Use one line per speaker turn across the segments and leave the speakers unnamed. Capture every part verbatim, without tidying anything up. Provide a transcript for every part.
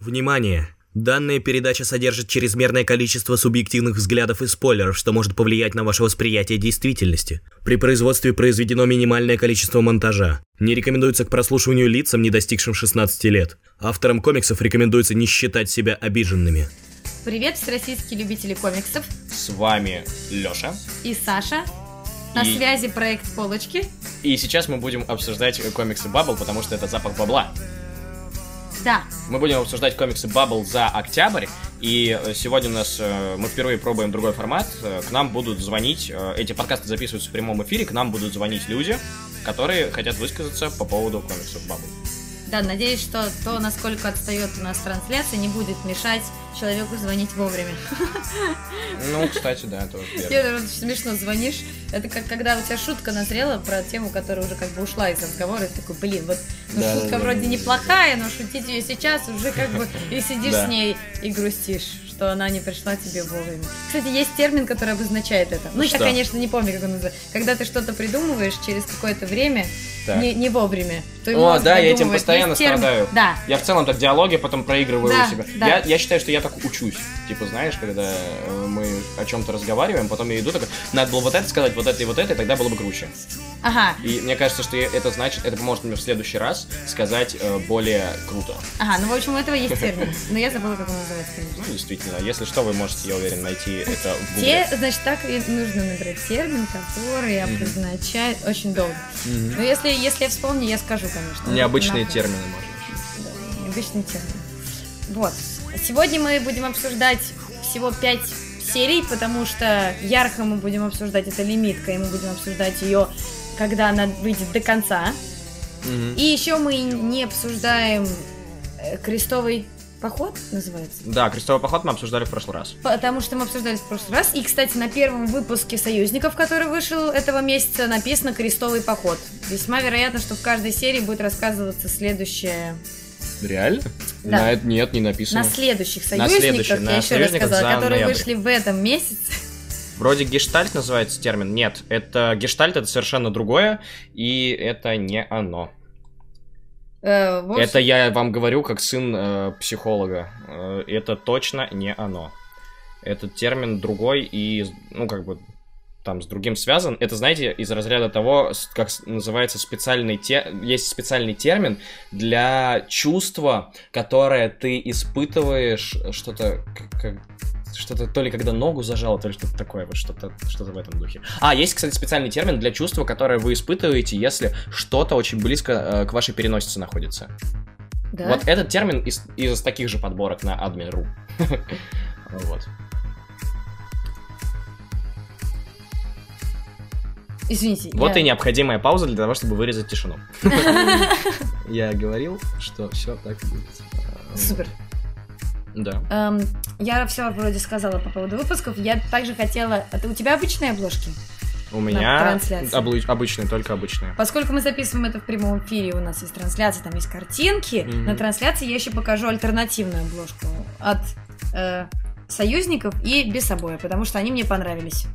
Внимание! Данная передача содержит чрезмерное количество субъективных взглядов и спойлеров, что может повлиять на ваше восприятие действительности. При производстве произведено минимальное количество монтажа. Не рекомендуется к прослушиванию лицам, не достигшим шестнадцати лет. Авторам комиксов рекомендуется не считать себя обиженными.
Привет, всероссийские любители комиксов.
С вами Лёша
и Саша. На
и...
связи проект Полочки.
И сейчас мы будем обсуждать комиксы Баббл, потому что это запах бабла.
Да.
Мы будем обсуждать комиксы Баббл за октябрь, и сегодня у нас, мы впервые пробуем другой формат, к нам будут звонить, эти подкасты записываются в прямом эфире, к нам будут звонить люди, которые хотят высказаться по поводу комиксов Баббл.
Да, надеюсь, что то, насколько отстает у нас трансляция, не будет мешать человеку звонить вовремя.
Ну, кстати, да, тоже верно.
Это очень смешно, звонишь. Это как когда у тебя шутка назрела про тему, которая уже как бы ушла из разговора, и ты такой, блин, вот ну, да, шутка да, вроде да, неплохая, но шутить ее сейчас уже как бы и сидишь да. с ней и грустишь, что она не пришла тебе вовремя. Кстати, есть термин, который обозначает это. Ну, что? Я, конечно, не помню, как он называется. Когда ты что-то придумываешь через какое-то время, не, не вовремя.
О, да, я этим постоянно страдаю.
Да.
Я в целом так диалоги потом проигрываю
да,
у себя.
Да.
Я, я считаю, что я так учусь. Типа, знаешь, когда мы о чем-то разговариваем, потом я иду такой, надо было вот это сказать, вот это и вот это, и тогда было бы круче.
Ага.
И мне кажется, что это значит, это поможет мне в следующий раз сказать э, более круто.
Ага, ну в общем у этого есть термин. Но я забыла, как он называется, конечно.
Ну, действительно, если что, вы можете, я уверен, найти это в
Гугле. Те, значит, так и нужно набрать термин, который обозначает mm-hmm. очень долго. Mm-hmm. Но если, если я вспомню, я скажу, конечно.
Необычные термины, можно.
Да, необычные термины. Вот. Сегодня мы будем обсуждать всего пять серий, потому что ярко мы будем обсуждать, это лимитка, и мы будем обсуждать ее, когда она выйдет до конца. Mm-hmm. И еще мы не обсуждаем крестовый поход, называется?
Да, крестовый поход мы обсуждали в прошлый раз.
Потому что мы обсуждали в прошлый раз. И, кстати, на первом выпуске «Союзников», который вышел этого месяца, написано «Крестовый поход». Весьма вероятно, что в каждой серии будет рассказываться следующее...
Реально?
Да.
На это нет, не написано.
На следующих «Союзниках», следующий, я на еще рассказала, которые ноябрь. Вышли в этом месяце.
Вроде гештальт называется термин. Нет, это гештальт, это совершенно другое, и это не оно. Э, вот. Это я вам говорю как сын э, психолога. Э, это точно не оно. Этот термин другой и, ну, как бы, там, с другим связан. Это, знаете, из разряда того, как называется специальный термин. Есть специальный термин для чувства, которое ты испытываешь, что-то как... Что-то то ли когда ногу зажало, то ли что-то такое, вот что-то, что-то в этом духе. А, есть, кстати, специальный термин для чувства, которое вы испытываете, если что-то очень близко э, к вашей переносице находится. Да? Вот этот термин из, из таких же подборок на admin точка ру. Вот.
Извините.
Вот и необходимая пауза для того, чтобы вырезать тишину. Я говорил, что все так и будет.
Супер.
Да.
Эм, я все вроде сказала по поводу выпусков. Я также хотела... Это у тебя обычные обложки?
У меня обла- обычные, только обычные.
Поскольку мы записываем это в прямом эфире, у нас есть трансляция, там есть картинки. Mm-hmm. На трансляции я еще покажу альтернативную обложку от э, «Союзников» и «Без собой», потому что они мне понравились.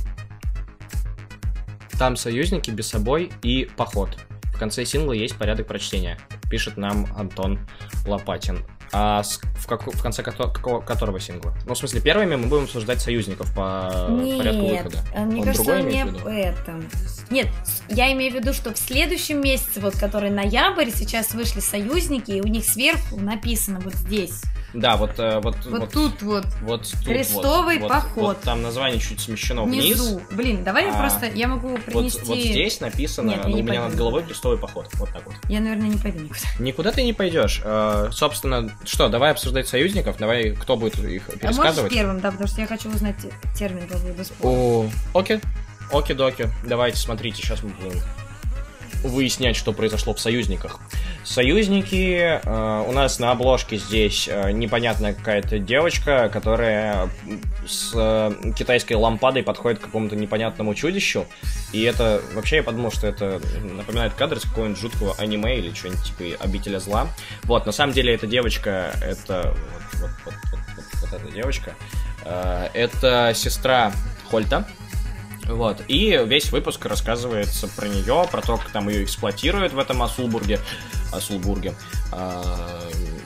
Там «Союзники», «Без собой» и «Поход». В конце сингла есть порядок прочтения. Пишет нам Антон Лопатин. А в, как, в конце ко- какого, которого сингла? Ну, в смысле, первыми мы будем обсуждать «Союзников» по
Нет,
порядку выхода.
Мне
Он
кажется, он не в этом. Нет, я имею в виду, что в следующем месяце, вот который ноябрь, сейчас вышли «Союзники», и у них сверху написано вот здесь.
Да, вот, вот,
вот, вот тут вот,
вот тут
крестовый
вот,
поход.
Вот, вот там название чуть смещено
внизу.
Вниз.
Блин, давай а, я просто, я могу принести...
Вот, вот здесь написано,
Нет,
ну, у меня
пойду.
Над головой крестовый поход, вот так вот.
Я, наверное, не пойду никуда.
Никуда ты не пойдешь. Uh, собственно, что, давай обсуждать «Союзников», давай, кто будет их пересказывать?
А можешь первым, да, потому что я хочу узнать термин по поводу спора.
О, окей, оки-доки, давайте, смотрите, сейчас мы будем выяснять, что произошло в «Союзниках». «Союзники», э, у нас на обложке здесь э, непонятная какая-то девочка, которая с э, китайской лампадой подходит к какому-то непонятному чудищу. И это, вообще я подумал, что это напоминает кадр с какого-нибудь жуткого аниме или что-нибудь типа «Обителя зла». Вот, на самом деле эта девочка, это вот, вот, вот, вот, вот, вот эта девочка, э, это сестра Хольта. Вот, и весь выпуск рассказывается про нее, про то, как там ее эксплуатируют в этом Асулбурге, Асулбурге. А,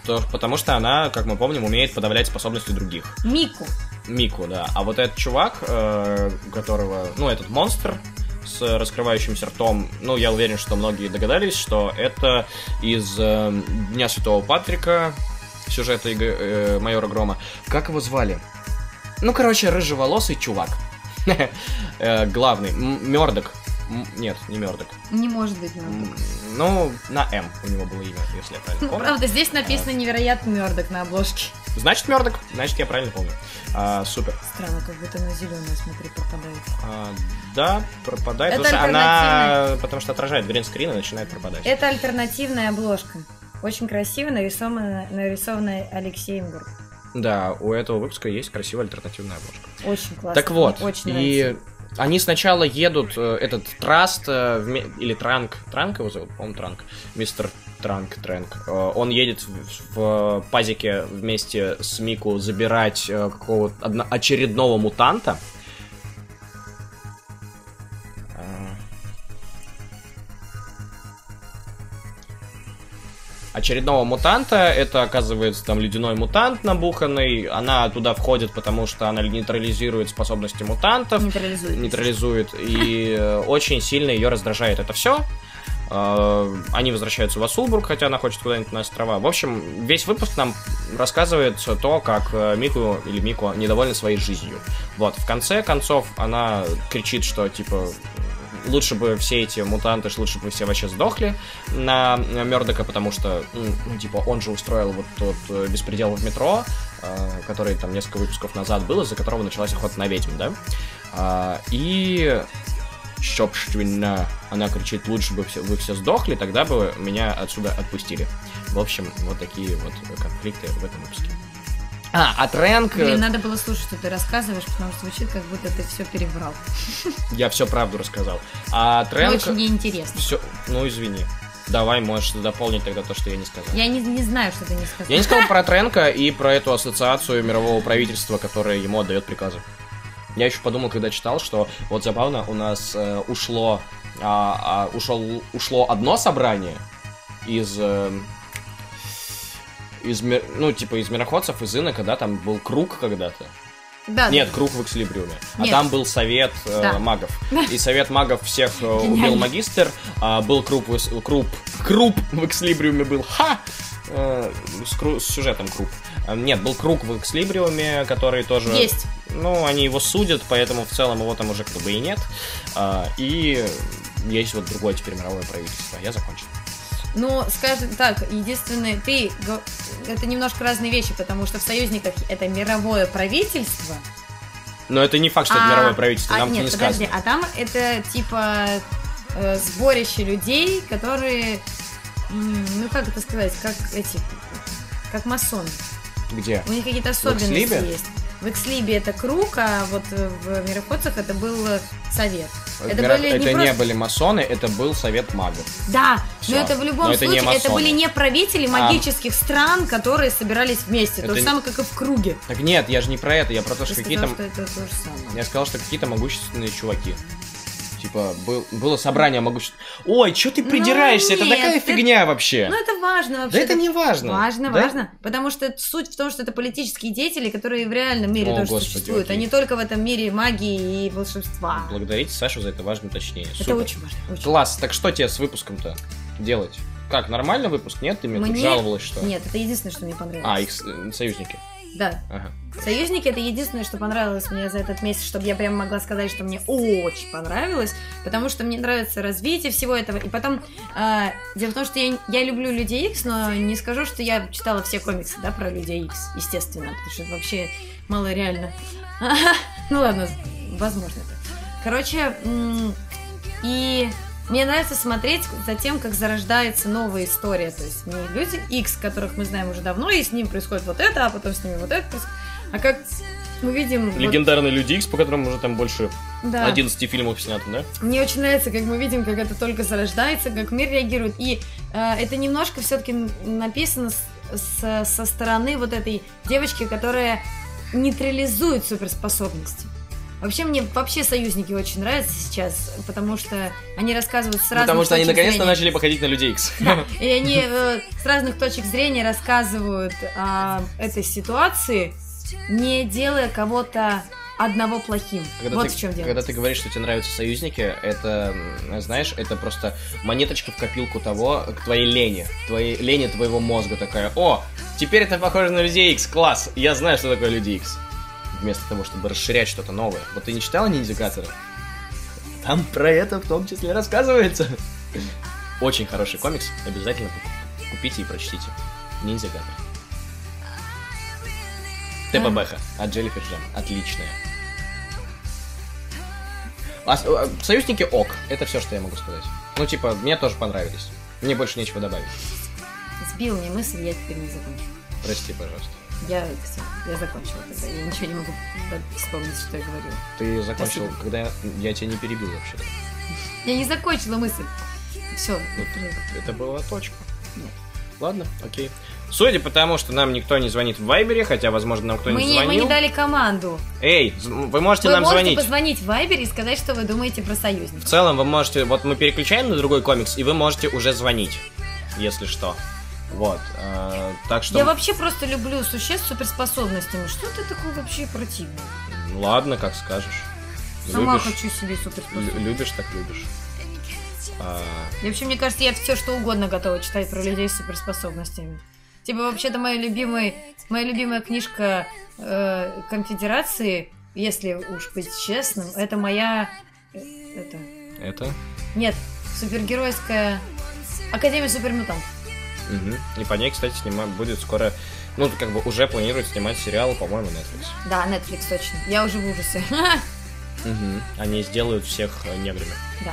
То, потому что она, как мы помним, умеет подавлять способности других.
Мику.
Мику, да. А вот этот чувак, э, которого... Ну, этот монстр с раскрывающимся ртом, ну, я уверен, что многие догадались, что это из э, Дня Святого Патрика, сюжета э, Майора Грома. Как его звали? Ну, короче, рыжеволосый чувак. Главный. Мёрдок. Нет, не Мёрдок.
Не может быть Мёрдок.
Ну, на М у него было имя, если я правильно помню.
Правда, здесь написано невероятно Мёрдок на обложке.
Значит, Мёрдок. Значит, я правильно помню. А, супер.
Странно, как будто на зеленую, смотри, пропадает.
А, да, пропадает. Это потому, что она... потому что отражает гринскрин и начинает пропадать.
Это альтернативная обложка. Очень красиво нарисованная, нарисованная Алексеем Гурк.
Да, у этого выпуска есть красивая альтернативная обложка.
Очень классно.
Так вот,
очень
и
нравится.
Они сначала едут, этот Траст, или Транк, Транк его зовут, по-моему, Транк, мистер Транк, Трэнк, он едет в, в пазике вместе с Мику забирать какого-то очередного мутанта. Очередного мутанта, это, оказывается, там ледяной мутант набуханный, она туда входит, потому что она нейтрализирует способности мутантов.
Нейтрализует.
Нейтрализует, и очень сильно ее раздражает это все. Они возвращаются в Асулбург, хотя она хочет куда-нибудь на острова. В общем, весь выпуск нам рассказывает то, как Мику или Мику недовольна своей жизнью. Вот, в конце концов, она кричит, что, типа... Лучше бы все эти мутанты, лучше бы все вообще сдохли на Мёрдока, потому что, ну, типа, он же устроил вот тот беспредел в метро, э, который там несколько выпусков назад был, из-за которого началась охота на ведьм, да? А, и, собственно, она кричит, лучше бы все, вы все сдохли, тогда бы меня отсюда отпустили. В общем, вот такие вот конфликты в этом выпуске. А, а Трэнк...
Блин, надо было слушать, что ты рассказываешь, потому что звучит, как будто ты все переврал.
Я все правду рассказал. А Трэнк...
Очень неинтересно.
Все... Ну, извини. Давай, можешь дополнить тогда то, что я не сказал.
Я не, не знаю, что ты не сказал.
Я не сказал про Трэнка и про эту ассоциацию мирового правительства, которая ему отдает приказы. Я еще подумал, когда читал, что вот забавно, у нас э, ушло, а, а, ушел, ушло одно собрание из... Э, Из, ну, типа, из мироходцев, из Инока, да, там был круг когда-то.
Да,
Нет,
да.
круг в Экслибриуме.
Нет.
А там был совет э, да. магов. И совет магов всех э, убил магистр. А был круг, круг, круг в Экслибриуме был. Ха! Э, с, кру, с сюжетом круг. А, нет, был круг в Экслибриуме, который тоже...
Есть.
Ну, они его судят, поэтому в целом его там уже как бы и нет. А, и есть вот другое теперь мировое правительство. Я закончил.
Ну, скажем так, единственное, ты, это немножко разные вещи, потому что в союзниках это мировое правительство.
Но это не факт, что а, это мировое правительство,
а,
нам
нет,
не
подожди,
сказано.
А там это типа э, сборище людей, которые, ну как это сказать, как эти, как масоны.
Где?
У них какие-то особенности есть. В Экслибе это круг, а вот в мироходцах это был совет.
Это, Миро... были не, это просто... не были масоны, это был совет магов.
Да,
Всё.
но это в любом
но
случае,
это,
это были не правители магических а. стран, которые собирались вместе.
Это...
То же самое, как и в круге.
Так нет, я же не про это, я про то,
Ты
что
сказал,
какие-то...
что это то же самое.
Я сказал, что какие-то могущественные чуваки. Типа, был, было собрание могущественных... Ой, чё ты придираешься? Ну, нет, это такая это... фигня вообще.
Ну, это важно вообще.
Да это не важно.
Важно,
да?
важно. Потому что суть в том, что это политические деятели, которые в реальном мире О, тоже Господи, существуют, окей. а не только в этом мире магии и волшебства.
Благодарите Сашу за это важное уточнение.
Это
Супер.
очень важно. Очень.
Класс. Так что тебе с выпуском-то делать? Как, нормальный выпуск? Нет? Ты мне, мне... тут жаловалась, что...
Нет, это единственное, что мне понравилось.
А, их союзники.
Да.
Ага.
Союзники — это единственное, что понравилось мне за этот месяц, чтобы я прям могла сказать, что мне очень понравилось, потому что мне нравится развитие всего этого. И потом, э, дело в том, что я, я люблю Людей Икс, но не скажу, что я читала все комиксы, да, про Людей Икс, естественно, потому что это вообще мало реально. Ну ладно, возможно. Короче, и... Мне нравится смотреть за тем, как зарождается новая история. То есть не Люди Икс, которых мы знаем уже давно, и с ним происходит вот это, а потом с ними вот это. А как мы видим...
Легендарный вот... Люди Икс, по которым уже там больше
да.
одиннадцати фильмов снято, да?
Мне очень нравится, как мы видим, как это только зарождается, как мир реагирует. И э, это немножко все-таки написано с, с, со стороны вот этой девочки, которая нейтрализует суперспособности. Вообще, мне вообще союзники очень нравятся сейчас, потому что они рассказывают с разных
Потому что они наконец-то
зрения.
начали походить на Людей Икс.
Да, и они э, с разных точек зрения рассказывают о этой ситуации, не делая кого-то одного плохим.
Когда
вот
ты,
в чем дело.
Когда ты говоришь, что тебе нравятся союзники, это, знаешь, это просто монеточка в копилку того, к твоей лени, твоей лени твоего мозга такая: о, теперь это похоже на Людей Икс, класс, я знаю, что такое Люди Икс. Вместо того, чтобы расширять что-то новое. Вот ты не читала «Ниндзягатора»? Там про это в том числе рассказывается. Очень хороший комикс, обязательно купите и прочтите. «Ниндзягатор». ТПБХ от Jellyfish Jam. Отличная. А, а, союзники ок. Это все, что я могу сказать. Ну, типа, мне тоже понравились. Мне больше нечего добавить.
Сбил мне мысль, я теперь не закончу.
Прости, пожалуйста.
Я все, я закончила тогда. Я ничего не могу вспомнить, что я говорила.
Ты закончил,
Спасибо.
Когда я, я тебя не перебил вообще-то.
Я не закончила мысль. Все.
Ну, это была точка.
Нет.
Ладно, окей. Судя по тому, что нам никто не звонит в Вайбере, хотя, возможно, нам кто-нибудь
мы не,
звонил.
Мы не дали команду.
Эй, вы можете
вы
нам
можете
звонить.
позвонить в Вайбере и сказать, что вы думаете про союзников.
В целом, вы можете... Вот мы переключаем на другой комикс, и вы можете уже звонить, если что. Вот. Э, так что...
Я вообще просто люблю существ с суперспособностями. Что ты такой вообще противный?
Ну, ладно, как скажешь.
Сама
Любишь,
хочу себе суперспособность.
лю- Любишь, так любишь. А,
И вообще, мне кажется, я все что угодно готова читать про людей с суперспособностями. Типа, вообще-то моя любимая, моя любимая книжка э, Конфедерации, если уж быть честным, это моя... э, это...
это?
Нет, супергеройская... Академия супермутантов.
Угу. И по ней, кстати, снимать будет скоро... Ну, как бы уже планируют снимать сериал, по-моему, Netflix.
Да, Netflix, точно. Я уже в ужасе.
Угу. Они сделают всех э, неграми.
Да.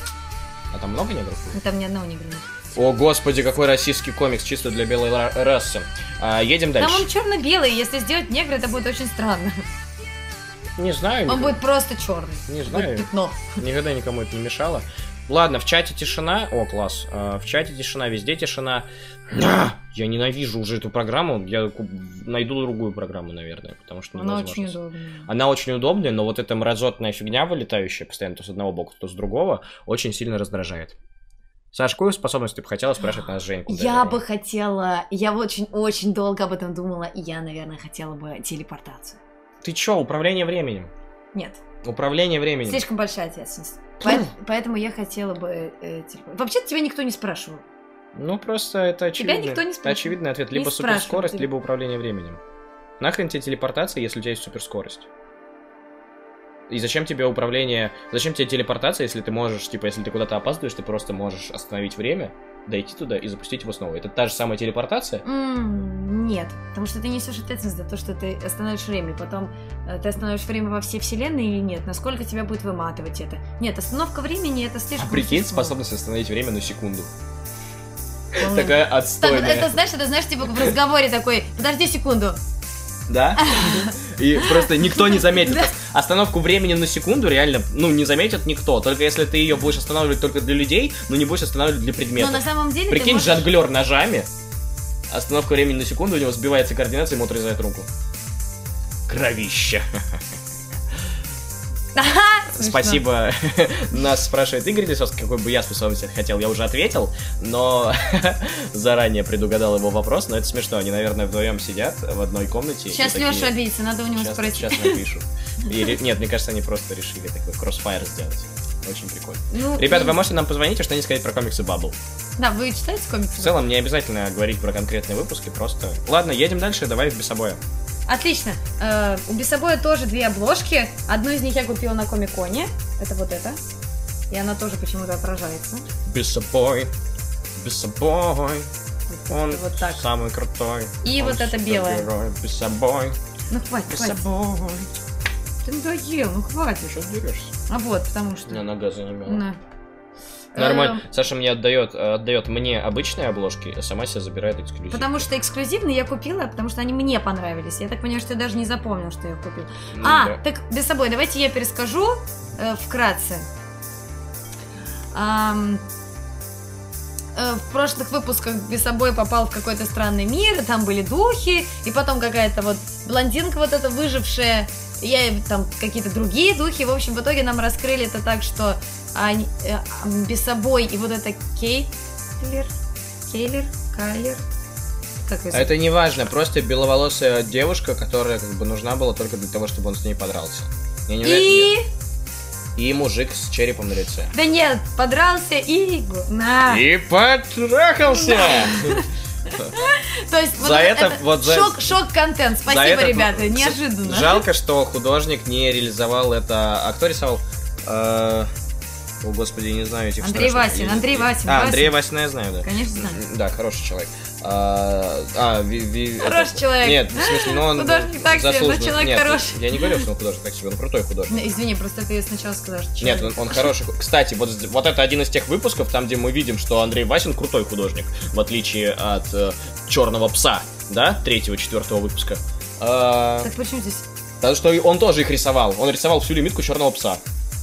А там много негров?
Там ни одного негра нет.
О, господи, какой российский комикс, чисто для белой ра- расы. А, едем дальше.
Там он черно-белый, если сделать негра, это будет очень странно.
Не знаю.
Он
никогда-
будет просто черный.
Не
Будет
знаю.
пятно.
Никогда никому это не мешало. Ладно, в чате тишина. О, класс. А, в чате тишина, везде тишина. А, я ненавижу уже эту программу. Я ку- найду другую программу, наверное, потому что
Она
невозможно.
очень удобная.
Она очень удобная, но вот эта мразотная фигня, вылетающая постоянно то с одного бока, то с другого, очень сильно раздражает. Саш, какую способность ты бы хотела спрашивать нас, Женьку?
Я бы хотела... Я очень-очень долго об этом думала, и я, наверное, хотела бы телепортацию.
Ты чё, управление временем?
Нет,
Управление временем.
слишком большая ответственность. Поэт- Поэтому я хотела бы э, телепорт. Вообще-то тебя никто не спрашивал.
Ну, просто это
Тебя
очевидный,
никто не спрашивает.
очевидный ответ.
Не
Либо
спрашивают
суперскорость,
тебя.
либо управление временем. Нахрен тебе телепортация, если у тебя есть суперскорость? И зачем тебе управление... Зачем тебе телепортация, если ты можешь, типа, если ты куда-то опаздываешь, ты просто можешь остановить время, дойти туда и запустить его снова. Это та же самая телепортация?
М, Нет, потому что ты несешь ответственность за то, что ты остановишь время. Потом э, ты остановишь время во всей вселенной или нет? Насколько тебя будет выматывать это? Нет, остановка времени это
А
слишком...
прикинь,
сложно.
способность остановить время на секунду.
Он-
Такая
Так,
отстойная.
это знаешь, это знаешь, типа в разговоре такой, подожди секунду.
Да? И просто никто не заметит. Остановку времени на секунду реально, ну, не заметит никто. Только если ты ее будешь останавливать только для людей, но не будешь останавливать для
Но
предметов.
на самом деле
Прикинь,
ты можешь...
жонглер ножами. Остановка времени на секунду, у него сбивается координация, ему отрезает руку. Кровище.
Смешно.
Спасибо. Нас спрашивает Игорь Лисовский, какой бы я способность хотел. Я уже ответил, но заранее предугадал его вопрос. Но это смешно. Они, наверное, вдвоем сидят в одной комнате.
Сейчас
и такие-
Леша обидится, надо у него
Сейчас,
спросить.
сейчас напишу. И ре- нет, мне кажется, они просто решили такой кроссфайр сделать. Очень прикольно.
Ну,
Ребята,
и-
вы можете нам позвонить и что-нибудь сказать про комиксы Баббл.
Да, вы читаете комиксы?
В целом, не обязательно говорить про конкретные выпуски, просто... Ладно, едем дальше, давай в Бесобоя.
Отлично. Э, у Бесобоя тоже две обложки. Одну из них я купила на Комик-Коне. Это вот эта. И она тоже почему-то отражается.
Бесобой, Бесобой, он
вот так.
самый крутой.
И
он
вот эта белая.
супергерой. Бесобой,
Ну хватит, хватит.
Бесобой.
Ты надоел, ну хватит.
Что дерешься?
А вот, потому что...
На нога занемела.
На.
Нормально.
Эм,
Саша мне отдает, отдает мне обычные обложки, а сама себе забирает эксклюзив.
Потому что эксклюзивные я купила, потому что они мне понравились. Я так понимаю, что ты даже не запомнил, что я их купила.
Ну,
А,
да.
так без собой, давайте я перескажу э, вкратце. Ам, э, в прошлых выпусках Бесобой попал в какой-то странный мир, и там были духи, и потом какая-то вот блондинка вот эта выжившая, и там какие-то другие духи. В общем, в итоге нам раскрыли это так, что они, э, Бесобой и вот это Кейтлер, Кейлер, Кайлер.
А это не важно, просто беловолосая девушка, которая как бы нужна была только для того, чтобы он с ней подрался. Не
и...
и мужик с черепом на лице.
Да нет, подрался и... На.
И потрахался!
То есть
за это, вот за...
шок, шок-контент. Спасибо, это... ребята, неожиданно.
Жалко, что художник не реализовал это. А кто рисовал? О, господи, я не знаю этих
Андрей Васин, Андрей Васин.
А, Андрей Васин, я знаю, да.
Конечно, знаю.
Да, хороший человек. А, а ви, ви,
хороший
это...
человек.
Нет, в смысле, но он
художник так себе, но человек
Нет,
хороший.
Я не говорю, что он художник так себе, он крутой художник.
Извини, просто ты сначала сказал, что человек.
Нет, он, он хороший. Кстати, вот, вот это один из тех выпусков, там, где мы видим, что Андрей Васин крутой художник, в отличие от э, Черного пса, да, третьего, четвертого выпуска. А...
Так почему здесь?
Потому что он тоже их рисовал. Он рисовал всю лимитку Черного пса.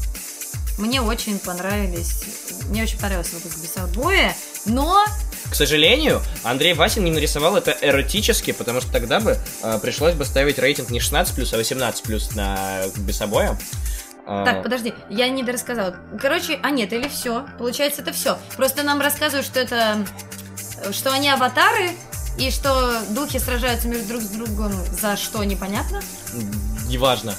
Мне очень понравились. Мне очень понравился выпуск Бесобоя, но...
К сожалению, Андрей Васин не нарисовал это эротически, потому что тогда бы э, пришлось бы ставить рейтинг не шестнадцать плюс, а восемнадцать плюс на Бесобоя.
Так, подожди, я не дорассказала. Короче, а нет, или все. Получается, это все. Просто нам рассказывают, что это... Что они аватары, и что духи сражаются между друг с другом за что, непонятно.
Неважно.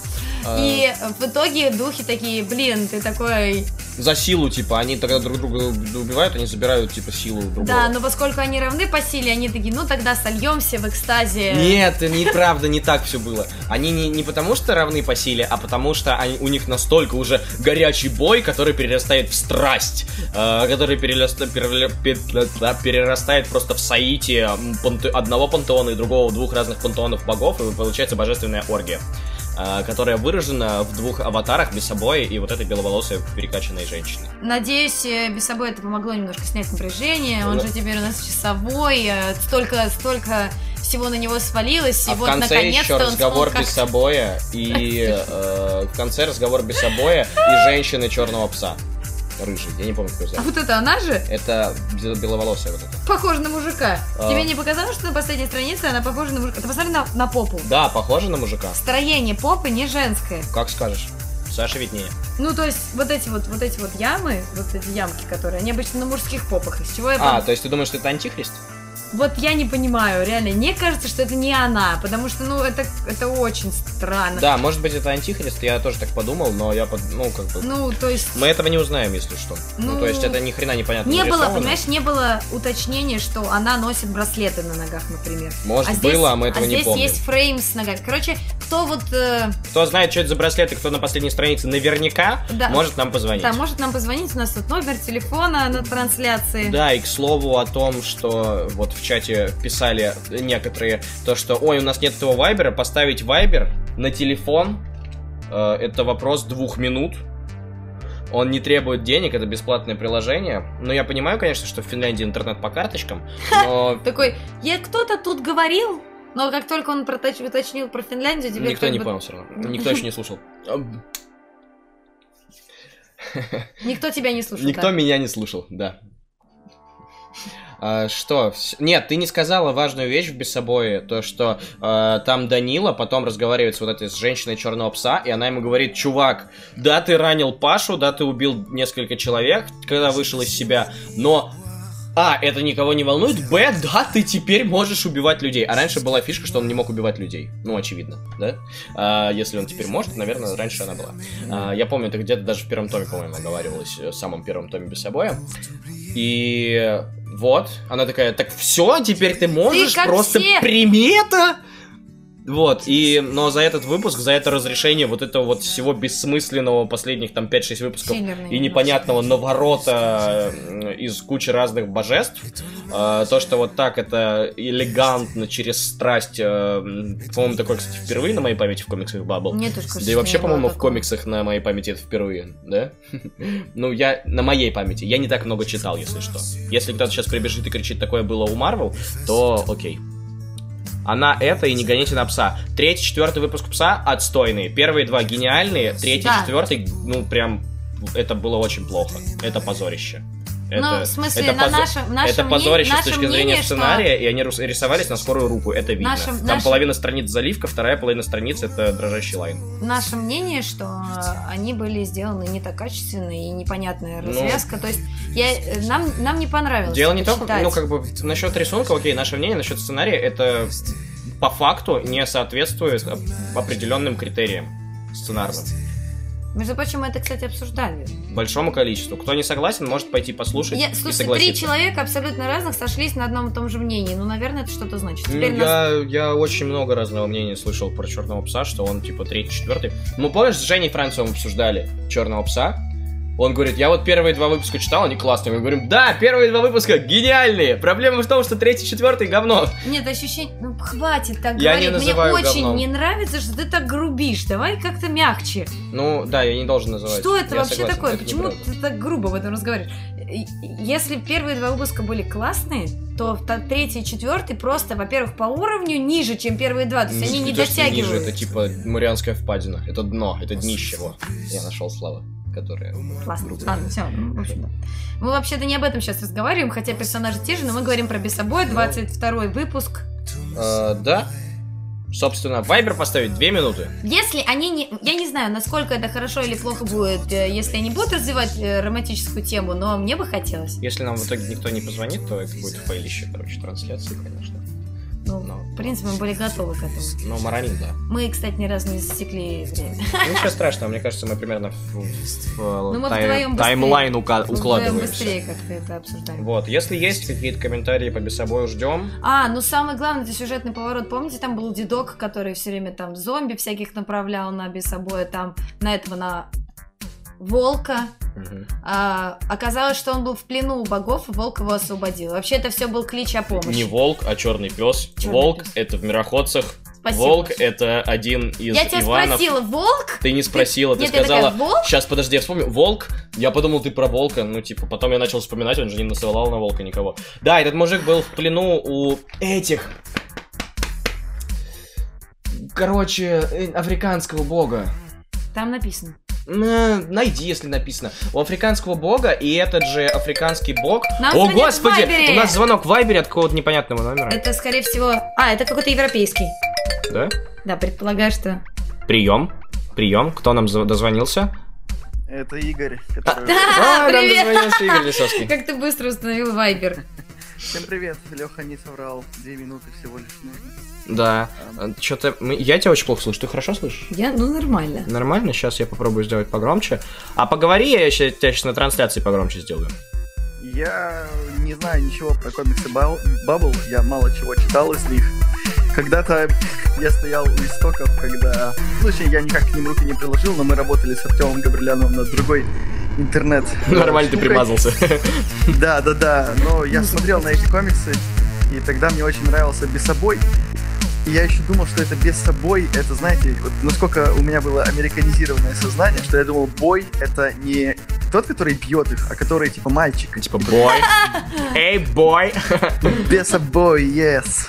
И в итоге духи такие, блин, ты такой...
За силу, типа, они тогда друг друга убивают, они забирают, типа, силу другого.
Да, но поскольку они равны по силе, они такие, ну тогда сольемся в экстазе.
Нет, неправда, не так все было. Они не, не потому что равны по силе, а потому что они, у них настолько уже горячий бой, который перерастает в страсть, э, который перераста, пере, пер, перерастает просто в соитие панте, одного пантеона и другого, двух разных пантеонов богов, и получается божественная оргия, которая выражена в двух аватарах, Бесобоя и вот этой беловолосой перекачанной женщины.
Надеюсь, Бесобой это помогло немножко снять напряжение. Он же теперь у нас часовой, столько, столько всего на него свалилось,
а
и вот
в конце
наконец-то
еще разговор
как...
Бесобоя и э, в конце разговор Бесобоя и женщины Черного пса. Рыжий, я не помню, какой зовут.
А вот это она же?
Это беловолосая вот эта.
Похожа на мужика.
А...
Тебе не показалось, что на последней странице она похожа на мужика? Ты посмотри на, на попу.
Да, похожа на мужика.
Строение попы не женское.
Как скажешь. Саша виднее.
Ну, то есть, вот эти вот, вот эти вот ямы, вот эти ямки, которые, они обычно на мужских попах. Из чего я
А,
пом...
то есть ты думаешь, что это антихрист?
Вот я не понимаю, реально, мне кажется, что это не она, потому что, ну, это, это очень странно.
Да, может быть, это антихрист, я тоже так подумал, но я, под... ну, как бы...
Ну, то есть...
Мы этого не узнаем, если что. Ну, ну то есть это ни хрена непонятно
не
нарисовано.
было, понимаешь, не было уточнения, что она носит браслеты на ногах, например.
Может,
а здесь,
было, а мы этого
а
не помним.
А здесь есть фрейм с ногами. Короче, кто вот... Э...
Кто знает, что это за браслеты, кто на последней странице наверняка,
да.
может нам позвонить.
Да, может нам позвонить, у нас тут номер телефона на трансляции.
Да, и к слову о том, что вот в чате писали некоторые, то что, ой, у нас нет этого вайбера, поставить вайбер на телефон, э, это вопрос двух минут. Он не требует денег, это бесплатное приложение. Но я понимаю, конечно, что в Финляндии интернет по карточкам, но...
Такой, я кто-то тут говорил, но как только он уточнил про Финляндию, теперь...
Никто не понял все равно, никто еще не слушал.
Никто тебя не слушал.
Никто меня не слушал, да. А, что? Нет, ты не сказала важную вещь в Бесобое, то, что э, там Данила потом разговаривает с вот этой с женщиной Черного пса, и она ему говорит, чувак, да, ты ранил Пашу, да, ты убил несколько человек, когда вышел из себя, но... А, это никого не волнует. Б, да, ты теперь можешь убивать людей. А раньше была фишка, что он не мог убивать людей. Ну, очевидно, да? А, если он теперь может, наверное, раньше она была. А, я помню, это где-то даже в первом томе, по-моему, оговаривалось, в самом первом томе Бесобоя. И вот, она такая, так все, теперь ты можешь, ты просто все. Прими это. Вот, и, но за этот выпуск, за это разрешение вот этого вот всего бессмысленного последних там пять-шесть выпусков Сильный и непонятного наворота из кучи разных божеств, э, то, что вот так это элегантно через страсть, э, по-моему, такое, кстати, впервые на моей памяти в комиксах Баббл.
Мне тоже кажется,
да и вообще, по-моему, в комиксах на моей памяти это впервые, да? Ну, я, на моей памяти, я не так много читал, если что. Если кто-то сейчас прибежит и кричит, такое было у Марвел, то окей. Она это и не гоните на пса. Третий, четвертый выпуск пса отстойные. Первые два гениальные, третий, да. четвертый, ну прям, это было очень плохо. Это позорище. Это,
ну, в смысле,
это,
на
позо...
нашем, нашем
это позорище
мнение,
с точки
мнение,
зрения сценария,
что...
и они рисовались на скорую руку, это видно.
Нашим,
Там
нашим...
половина страниц заливка, вторая половина страниц это дрожащий лайн.
Наше мнение, что они были сделаны не так качественно и непонятная развязка, ну... то есть я... нам, нам не понравилось.
Дело не
только,
только, ну как бы насчет рисунка, окей, наше мнение насчет сценария, это по факту не соответствует определенным критериям сценарным.
Между прочим, мы это, кстати, обсуждали.
Большому количеству. Кто не согласен, может пойти послушать
Я,
и
слушай,
согласиться.
Три человека абсолютно разных сошлись на одном и том же мнении. Ну, наверное, это что-то значит. Теперь
ну,
нас...
я, я очень много разного мнения слышал про Черного пса, что он типа третий, четвертый. Мы, помнишь, с Женей Францевым обсуждали Черного пса? Он говорит, я вот первые два выпуска читал, они классные. Мы говорим, да, первые два выпуска гениальные. Проблема в том, что третий, четвертый говно.
Нет, ощущение, ну хватит так
я
говорить.
Не называю
Мне очень
говном.
не нравится, что ты так грубишь. Давай как-то мягче.
Ну, да, я не должен называть.
Что это
я
вообще
согласен,
такое?
это
Почему ты так грубо об этом разговариваешь? Если первые два выпуска были классные, то третий и четвертый просто, во-первых, по уровню ниже, чем первые два. То есть
не,
они не
то,
дотягивают.
Ниже, это типа Марианская впадина. Это дно, это днище. Вот. Я нашел слова. Которые...
Классно. Ладно, все, в общем, да. Мы вообще-то не об этом сейчас разговариваем, хотя персонажи те же, но мы говорим про Бесобой, двадцать второй выпуск.
А, да. Собственно, Вайбер поставить две минуты.
Если они не... Я не знаю, насколько это хорошо или плохо будет, если они будут развивать романтическую тему, но мне бы хотелось.
Если нам в итоге никто не позвонит, то это будет фейлище, короче, трансляции, конечно.
Ну,
но...
в принципе, мы были готовы к этому.
Ну, морально, да.
Мы, кстати, ни разу не засекли время.
Ну, ничего страшного, мне кажется, мы примерно в, в
ну, мы
тай...
быстрее,
таймлайн ука... укладываемся.
Мы быстрее как-то это обсуждаем.
Вот, если есть какие-то комментарии по Бесобою, ждем.
А, ну самый главный, это сюжетный поворот. Помните, там был дедок, который все время там зомби всяких направлял на Бесобоя, там на этого, на волка.
Угу.
А, оказалось, что он был в плену у богов, и волк его освободил. Вообще, это все был клич о помощи.
Не волк, а черный пес. Черный волк пес. Это в Мироходцах.
Спасибо.
Волк это один из
Я тебя
Иванов.
спросила, волк?
Ты не спросила, ты,
Нет,
сказала.
Такая, волк?
Сейчас, подожди, я вспомню. Волк. Я подумал, ты про волка. Ну, типа, потом я начал вспоминать, он же не насылал на волка никого. Да, этот мужик был в плену у этих. Короче, африканского бога.
Там написано.
Найди, если написано. У африканского бога, и этот же африканский бог...
Нам
О, господи!
У
нас звонок в Вайбере от какого-то непонятного номера.
Это, скорее всего... А, это какой-то европейский.
Да?
Да, предполагаю, что...
Прием. Прием. Кто нам дозвонился?
Это Игорь. Который...
А, нам дозвонился Игорь Лисовский.
Как ты быстро установил Вайбер.
Всем привет. Леха не соврал. Две минуты всего лишь нужно.
Да. Что-то... Я тебя очень плохо слышу. Ты хорошо слышишь?
Я, ну, нормально.
Нормально? Сейчас я попробую сделать погромче. А поговори, я тебя сейчас на трансляции погромче сделаю.
Я не знаю ничего про комиксы Баббл. Я мало чего читал из них. Когда-то я стоял у истоков, когда... Слушай, я никак к ним руки не приложил, но мы работали с Артемом Габриляновым над другой интернет.
Нормально ты примазался.
Да, да, да. Но я смотрел на эти комиксы, и тогда мне очень нравился Бесобой. И я еще думал, что это без собой, это, знаете, вот насколько у меня было американизированное сознание, что я думал, бой это не тот, который бьет их, а который типа мальчик.
Типа бой. Эй, бой.
Без собой, yes.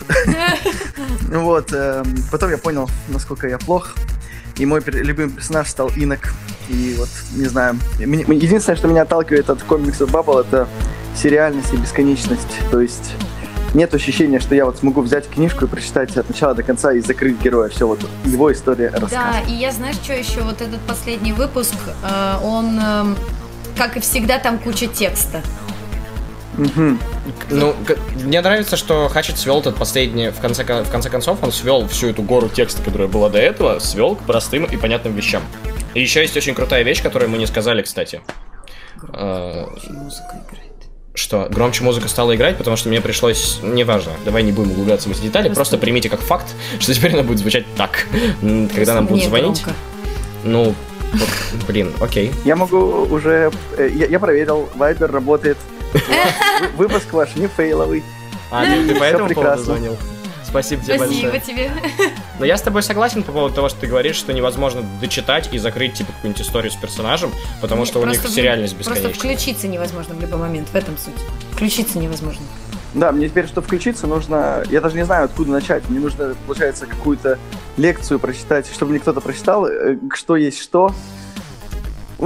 Вот, потом я понял, насколько я плох. И мой любимый персонаж стал Инок. И вот, не знаю, единственное, что меня отталкивает от комиксов Баббл, это сериальность и бесконечность. То есть... Нет ощущения, что я вот смогу взять книжку и прочитать от начала до конца и закрыть героя. Все, вот его история рассказана.
Да, и я, знаешь, что еще? Вот этот последний выпуск, э, он, э, как и всегда, там куча текста.
Угу.
Ну, мне нравится, что Хатчет свел этот последний, в конце, в конце концов, он свел всю эту гору текста, которая была до этого, свел к простым и понятным вещам. И еще есть очень крутая вещь, которую мы не сказали, кстати.
Громче музыка играет.
Что, громче музыка стала играть, потому что мне пришлось... Неважно, давай не будем углубляться в эти детали, просто, просто примите как факт, что теперь она будет звучать так, когда просто нам будут звонить. Громко. Ну, вот, блин, окей.
Я могу уже... Я, я проверил, Вайбер работает. Выпуск ваш не фейловый.
А, ты по этому поводу звонил? Спасибо тебе большое.
Спасибо тебе.
Но я с тобой согласен по поводу того, что ты говоришь, что невозможно дочитать и закрыть типа какую-нибудь историю с персонажем, потому Нет, что у них сериальность бесконечная.
Просто включиться невозможно в любой момент, в этом суть. Включиться невозможно.
Да, мне теперь, чтобы включиться, нужно... Я даже не знаю, откуда начать. Мне нужно, получается, какую-то лекцию прочитать, чтобы мне кто-то прочитал, что есть что.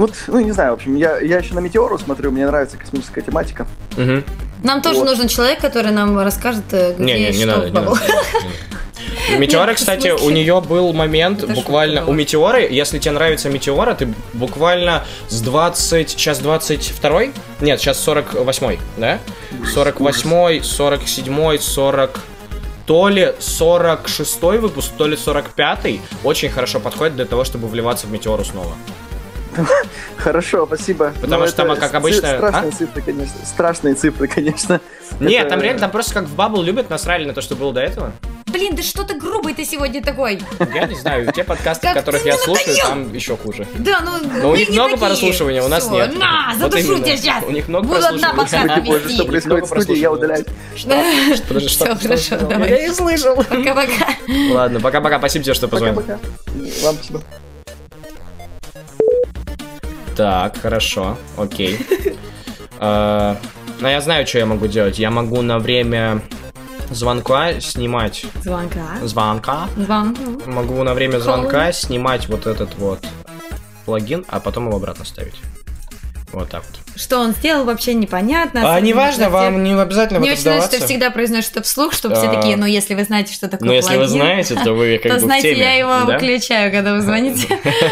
вот, ну, не знаю, в общем, я, я еще на Метеору смотрю, мне нравится космическая тематика.
Угу.
Нам тоже вот. нужен человек, который нам расскажет, где
не, не,
и
не
что
надо,
в Бабл.
Метеора, кстати, у нее был момент буквально... У Метеоры, если тебе нравится Метеора, ты буквально с двадцать... Сейчас двадцать второй? Нет, сейчас сорок восьмой, да? сорок восьмой, сорок седьмой, сорок... То ли сорок шестой выпуск, то ли сорок пятый очень хорошо подходит для того, чтобы вливаться в Метеору снова.
Хорошо, спасибо.
Потому что там, как обычно...
Страшные а? цифры, конечно. Страшные цифры, конечно.
Нет, это... там реально, там просто как в Бабл любят, насрали на то, что было до этого.
Блин, да что ты грубый ты сегодня такой?
Я не знаю, те подкасты, как которых я слушаю, там еще хуже.
Да, ну...
Но у них много прослушивания, у нас
Всё,
нет.
на, задушу тебя сейчас!
У них много
Буду одна
прослушивания.
подкаст вести.
Что происходит в студии, я удаляюсь.
Подожди, что?
Все, хорошо, давай.
Я не слышал.
Пока-пока.
Ладно, пока-пока, спасибо тебе, что позвонил.
Пока-пока. Вам спасибо.
Так, хорошо, окей. Но я знаю, что я могу делать. Я могу на время звонка снимать...
Звонка.
Звонка.
Звонка.
Могу на время звонка снимать вот этот вот плагин, а потом его обратно ставить. Вот так вот.
Что он сделал, вообще непонятно.
А неважно, вам не обязательно в
Мне
это
очень нравится,
вдаваться.
что всегда произносишь это вслух, чтобы все такие, ну, если вы знаете, что такое
Ну,
плагин,
если вы знаете, то вы как бы в теме.
то знаете, я его
да?
выключаю, когда вы звоните.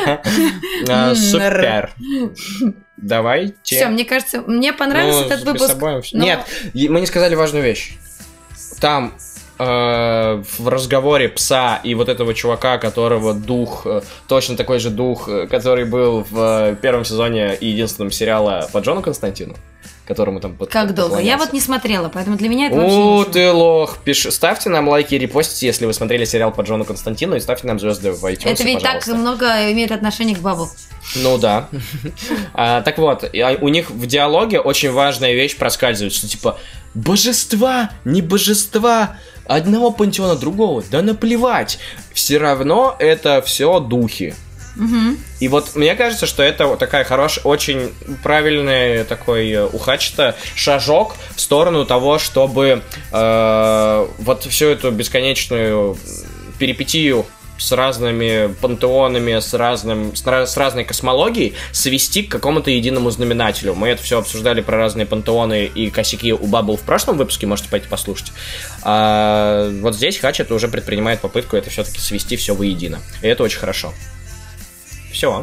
Супер. Давайте.
Все, мне кажется, мне понравился этот выпуск.
Нет, мы не сказали важную вещь. Там э, в разговоре пса и вот этого чувака, которого дух, э, точно такой же дух, э, который был в э, первом сезоне и единственном сериала по Джону Константину, которому там... Под,
как долго? Я вот не смотрела, поэтому для меня это вообще
О,
ничего.
ты лох! Пиш... Ставьте нам лайки и репостите, если вы смотрели сериал по Джону Константину, и ставьте нам звезды в iTunes,
это ведь
пожалуйста.
Так много имеет отношение к Бабл.
Ну да. а, так вот, у них в диалоге очень важная вещь проскальзывает, что типа божества, не божества, одного пантеона другого, да наплевать. Все равно это все духи.
Угу.
И вот мне кажется, что это вот такая хорошая, очень правильный такой ухачто шажок в сторону того, чтобы э, вот всю эту бесконечную перипетию с разными пантеонами, с, разным, с, с разной космологией свести к какому-то единому знаменателю. Мы это все обсуждали про разные пантеоны и косяки у Баббл в прошлом выпуске, можете пойти послушать. А вот здесь Хачет уже предпринимает попытку это все-таки свести все воедино. И это очень хорошо. Все.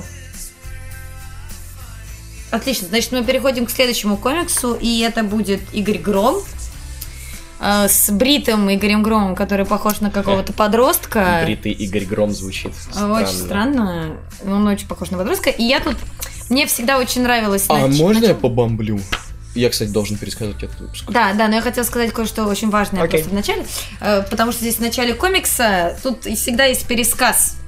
Отлично, значит, мы переходим к следующему комиксу, и это будет Игорь Гром. С бритым Игорем Громом, который похож на какого-то подростка.
Бритый Игорь Гром звучит странно.
Очень странно. Он очень похож на подростка. И я тут... Мне всегда очень нравилось...
А
нач...
можно
нач...
я побомблю? Я, кстати, должен пересказывать этот выпуск.
Да, да, но я хотела сказать кое-что очень важное
okay.
просто в начале. Потому что здесь в начале комикса тут всегда есть пересказ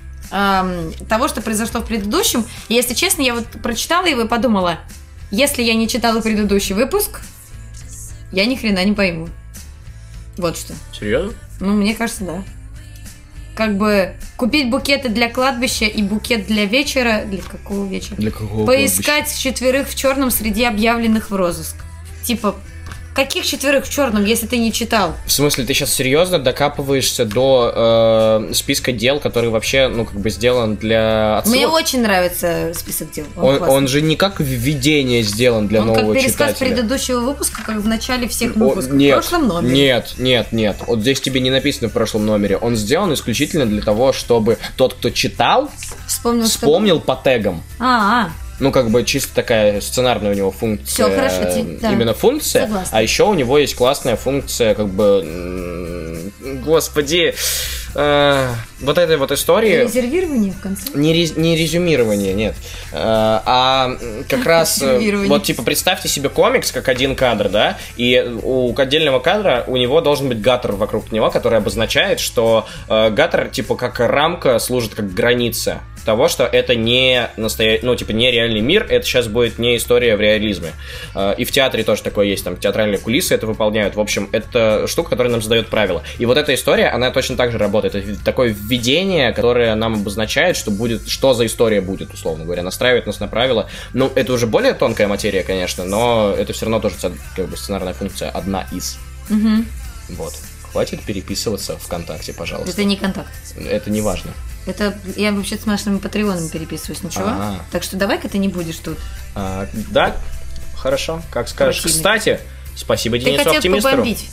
эм, того, что произошло в предыдущем. И, если честно, я вот прочитала его и подумала, если я не читала предыдущий выпуск, я ни хрена не пойму. Вот что.
Серьезно?
Ну, мне кажется, да. Как бы купить букеты для кладбища и букет для вечера. Для какого вечера?
Для какого
Поискать
кладбища?
четверых в черном среди объявленных в розыск. Типа, каких четверых в черном, если ты не читал?
В смысле, ты сейчас серьезно докапываешься до э, списка дел, который вообще, ну, как бы сделан для отсылок?
Мне очень нравится список дел.
Он, он, он же не как введение сделан для
он
нового
как пересказ
читателя.
предыдущего выпуска, как в начале всех выпусков.
О, нет,
в прошлом номере.
Нет, нет, нет. Вот здесь тебе не написано в прошлом номере. Он сделан исключительно для того, чтобы тот, кто читал,
вспомнил,
вспомнил
что...
по тегам.
А, а.
Ну, как бы чисто такая сценарная у него функция.
Все хорошо, ти... да.
Именно функция.
Согласна.
А еще у него есть классная функция, как бы... Господи... Э, вот этой вот истории...
Резервирование в конце?
Не, рез, не резюмирование, нет. Э, а как раз... Вот, типа, представьте себе комикс как один кадр, да? И у отдельного кадра у него должен быть гаттер вокруг него, который обозначает, что э, гаттер, типа, как рамка служит как граница того, что это не настоящий, ну, типа, не реальный мир, это сейчас будет не история в реализме. И в театре тоже такое есть, там, театральные кулисы это выполняют. В общем, это штука, которая нам задает правила. И вот эта история, она точно так же работает. Это такое введение, которое нам обозначает, что будет, что за история будет, условно говоря, настраивает нас на правила. Ну, это уже более тонкая материя, конечно, но это все равно тоже, как бы, сценарная функция, одна из.
Угу.
Вот. Хватит переписываться ВКонтакте, пожалуйста.
Это не контакт.
Это не важно.
Это я вообще с нашими патреонами переписываюсь, ничего? А-а-а. Так что давай-ка ты не будешь тут.
А, да, хорошо, как скажешь. Противник. Кстати, спасибо Денису Оптимистеру.
Ты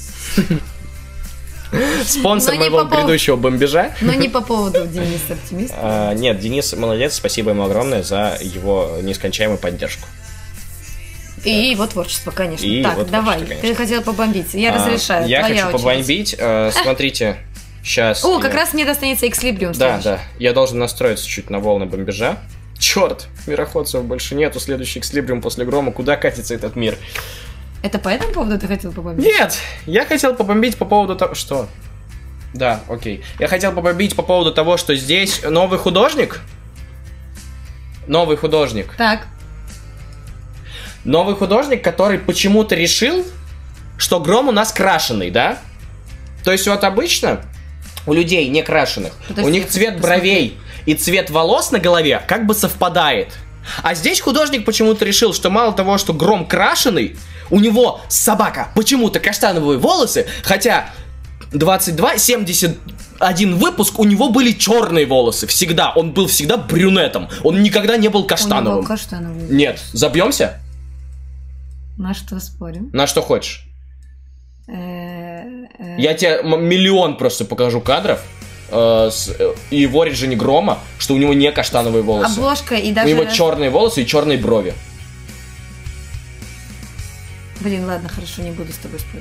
Спонсор моего по грядущего пов... бомбежа.
Но не по поводу Дениса Оптимистера.
А, нет, Денис молодец, спасибо ему огромное за его нескончаемую поддержку.
И да. его творчество, конечно. И так, давай, конечно. Ты хотел побомбить, я а, разрешаю.
Я хочу очередь. побомбить, а, смотрите, сейчас...
О, я... как раз мне достанется Экслибриум.
Да, да, я должен настроиться чуть на волны бомбежа. Черт, мироходцев больше нету, следующий Экслибриум после грома, куда катится этот мир?
Это по этому поводу ты хотел побомбить?
Нет, я хотел побомбить по поводу того... Что? Да, окей. Я хотел побомбить по поводу того, что здесь новый художник. Новый художник.
Так.
Новый художник, который почему-то решил, что гром у нас крашеный, да? То есть вот обычно у людей не крашеных, Подожди, у них цвет бровей и цвет волос на голове как бы совпадает. А здесь художник почему-то решил, что мало того, что гром крашеный, у него собака почему-то каштановые волосы, хотя двадцать два семьдесят один выпуск у него были черные волосы. Всегда. Он был всегда брюнетом. Он никогда не был каштановым.
Он не был каштановым.
Нет. Забьемся?
На что спорим?
На что хочешь? Я тебе миллион просто покажу кадров. И в Ориджине Грома, что у него не каштановые волосы.
Обложка и даже...
У него черные волосы и черные брови.
Блин, ладно, хорошо, не буду с тобой спорить.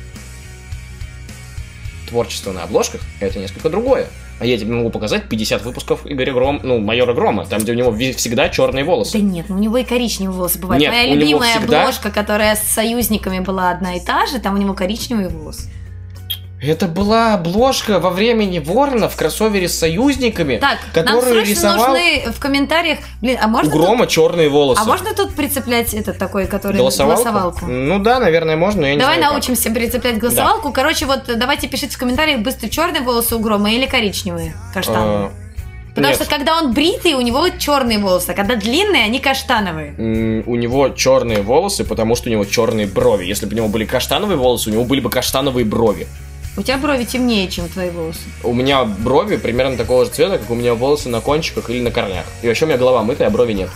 Творчество на обложках — это несколько другое. А я тебе могу показать пятьдесят выпусков Игоря Грома, ну, майора Грома, там, где у него всегда черные волосы.
Да нет, ну у него и коричневые волосы бывают.
Нет,
Моя
у
любимая
него всегда...
обложка, которая с союзниками была одна и та же, там у него коричневые волосы.
Это была обложка во времени Ворона в кроссовере с союзниками,
так,
которую
нам срочно
рисовал...
нужны в комментариях... Блин, а можно
у Грома
тут...
черные волосы.
А можно тут прицеплять этот такой, который...
Голосовалку?
Голосовалку?
Ну да, наверное, можно, я не
Давай
знаю
научимся как. прицеплять голосовалку. Да. Короче, вот давайте пишите в комментариях, быстро черные волосы у Грома или коричневые, каштановые. А... Потому Нет. что когда он бритый, у него черные волосы, а когда длинные, они каштановые.
Mm, у него черные волосы, потому что у него черные брови. Если бы у него были каштановые волосы, у него были бы каштановые брови.
У тебя брови темнее, чем твои волосы.
У меня брови примерно такого же цвета, как у меня волосы на кончиках или на корнях. И вообще у меня голова мытая, а брови нет.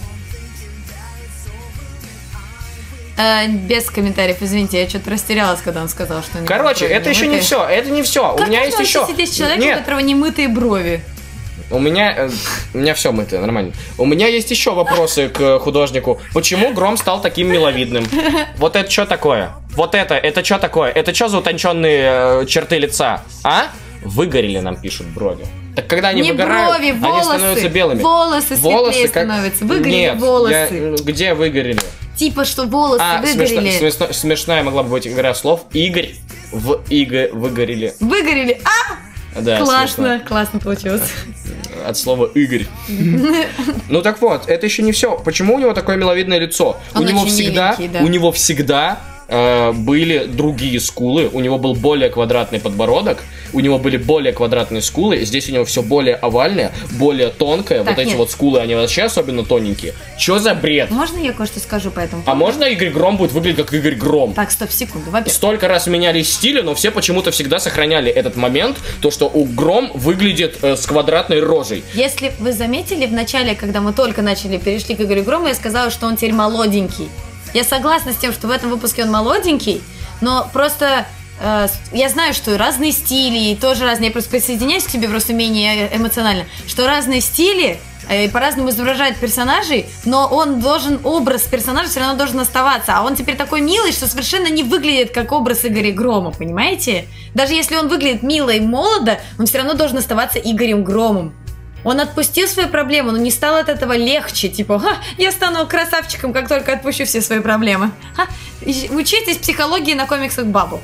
А, без комментариев, извините, я что-то растерялась, когда он сказал, что...
Короче, это еще не все, это не все.
Как
у меня есть еще...
сидеть с человеком, у которого не мытые брови?
У меня, э, у меня все мытое, нормально. У меня есть еще вопросы к художнику. Почему Гром стал таким миловидным? Вот это что такое? Вот это, это что такое? Это что за утонченные э, черты лица? А? Выгорели, нам пишут брови. Так когда они
не
выгорают,
брови, волосы,
они становятся белыми.
Волосы светлее как... становятся. Выгорели
Нет,
волосы.
Я... Где выгорели?
Типа, что волосы
а,
выгорели.
Смешно, смешно, смешная могла бы быть игра слов. Игорь в Иго выгорели.
Выгорели. А!
Да,
классно,
смешно.
классно получилось.
От слова Игорь. Ну так вот, это еще не все. Почему у него такое миловидное лицо? У него всегда, у него всегда были другие скулы, у него был более квадратный подбородок, у него были более квадратные скулы, здесь у него все более овальное, более тонкое, так, вот эти нет. вот скулы, они вообще особенно тоненькие. Че за бред?
Можно я кое-что скажу по этому поводу?
А можно Игорь Гром будет выглядеть как Игорь Гром?
Так, стоп, секунду. Во-первых.
Столько раз менялись стили, но все почему-то всегда сохраняли этот момент, то, что у Гром выглядит э, с квадратной рожей.
Если вы заметили, в начале, когда мы только начали, перешли к Игорю Грому, я сказала, что он теперь молоденький. Я согласна с тем, что в этом выпуске он молоденький, но просто э, я знаю, что разные стили, и тоже разные, я просто присоединяюсь к тебе просто менее эмоционально, что разные стили э, по-разному изображают персонажей, но он должен, образ персонажа все равно должен оставаться, а он теперь такой милый, что совершенно не выглядит как образ Игоря Грома, понимаете? Даже если он выглядит мило и молодо, он все равно должен оставаться Игорем Громом. Он отпустил свою проблему, но не стал от этого легче. Типа, ха, я стану красавчиком, как только отпущу все свои проблемы. Ха, учитесь психологии на комиксах Бабл.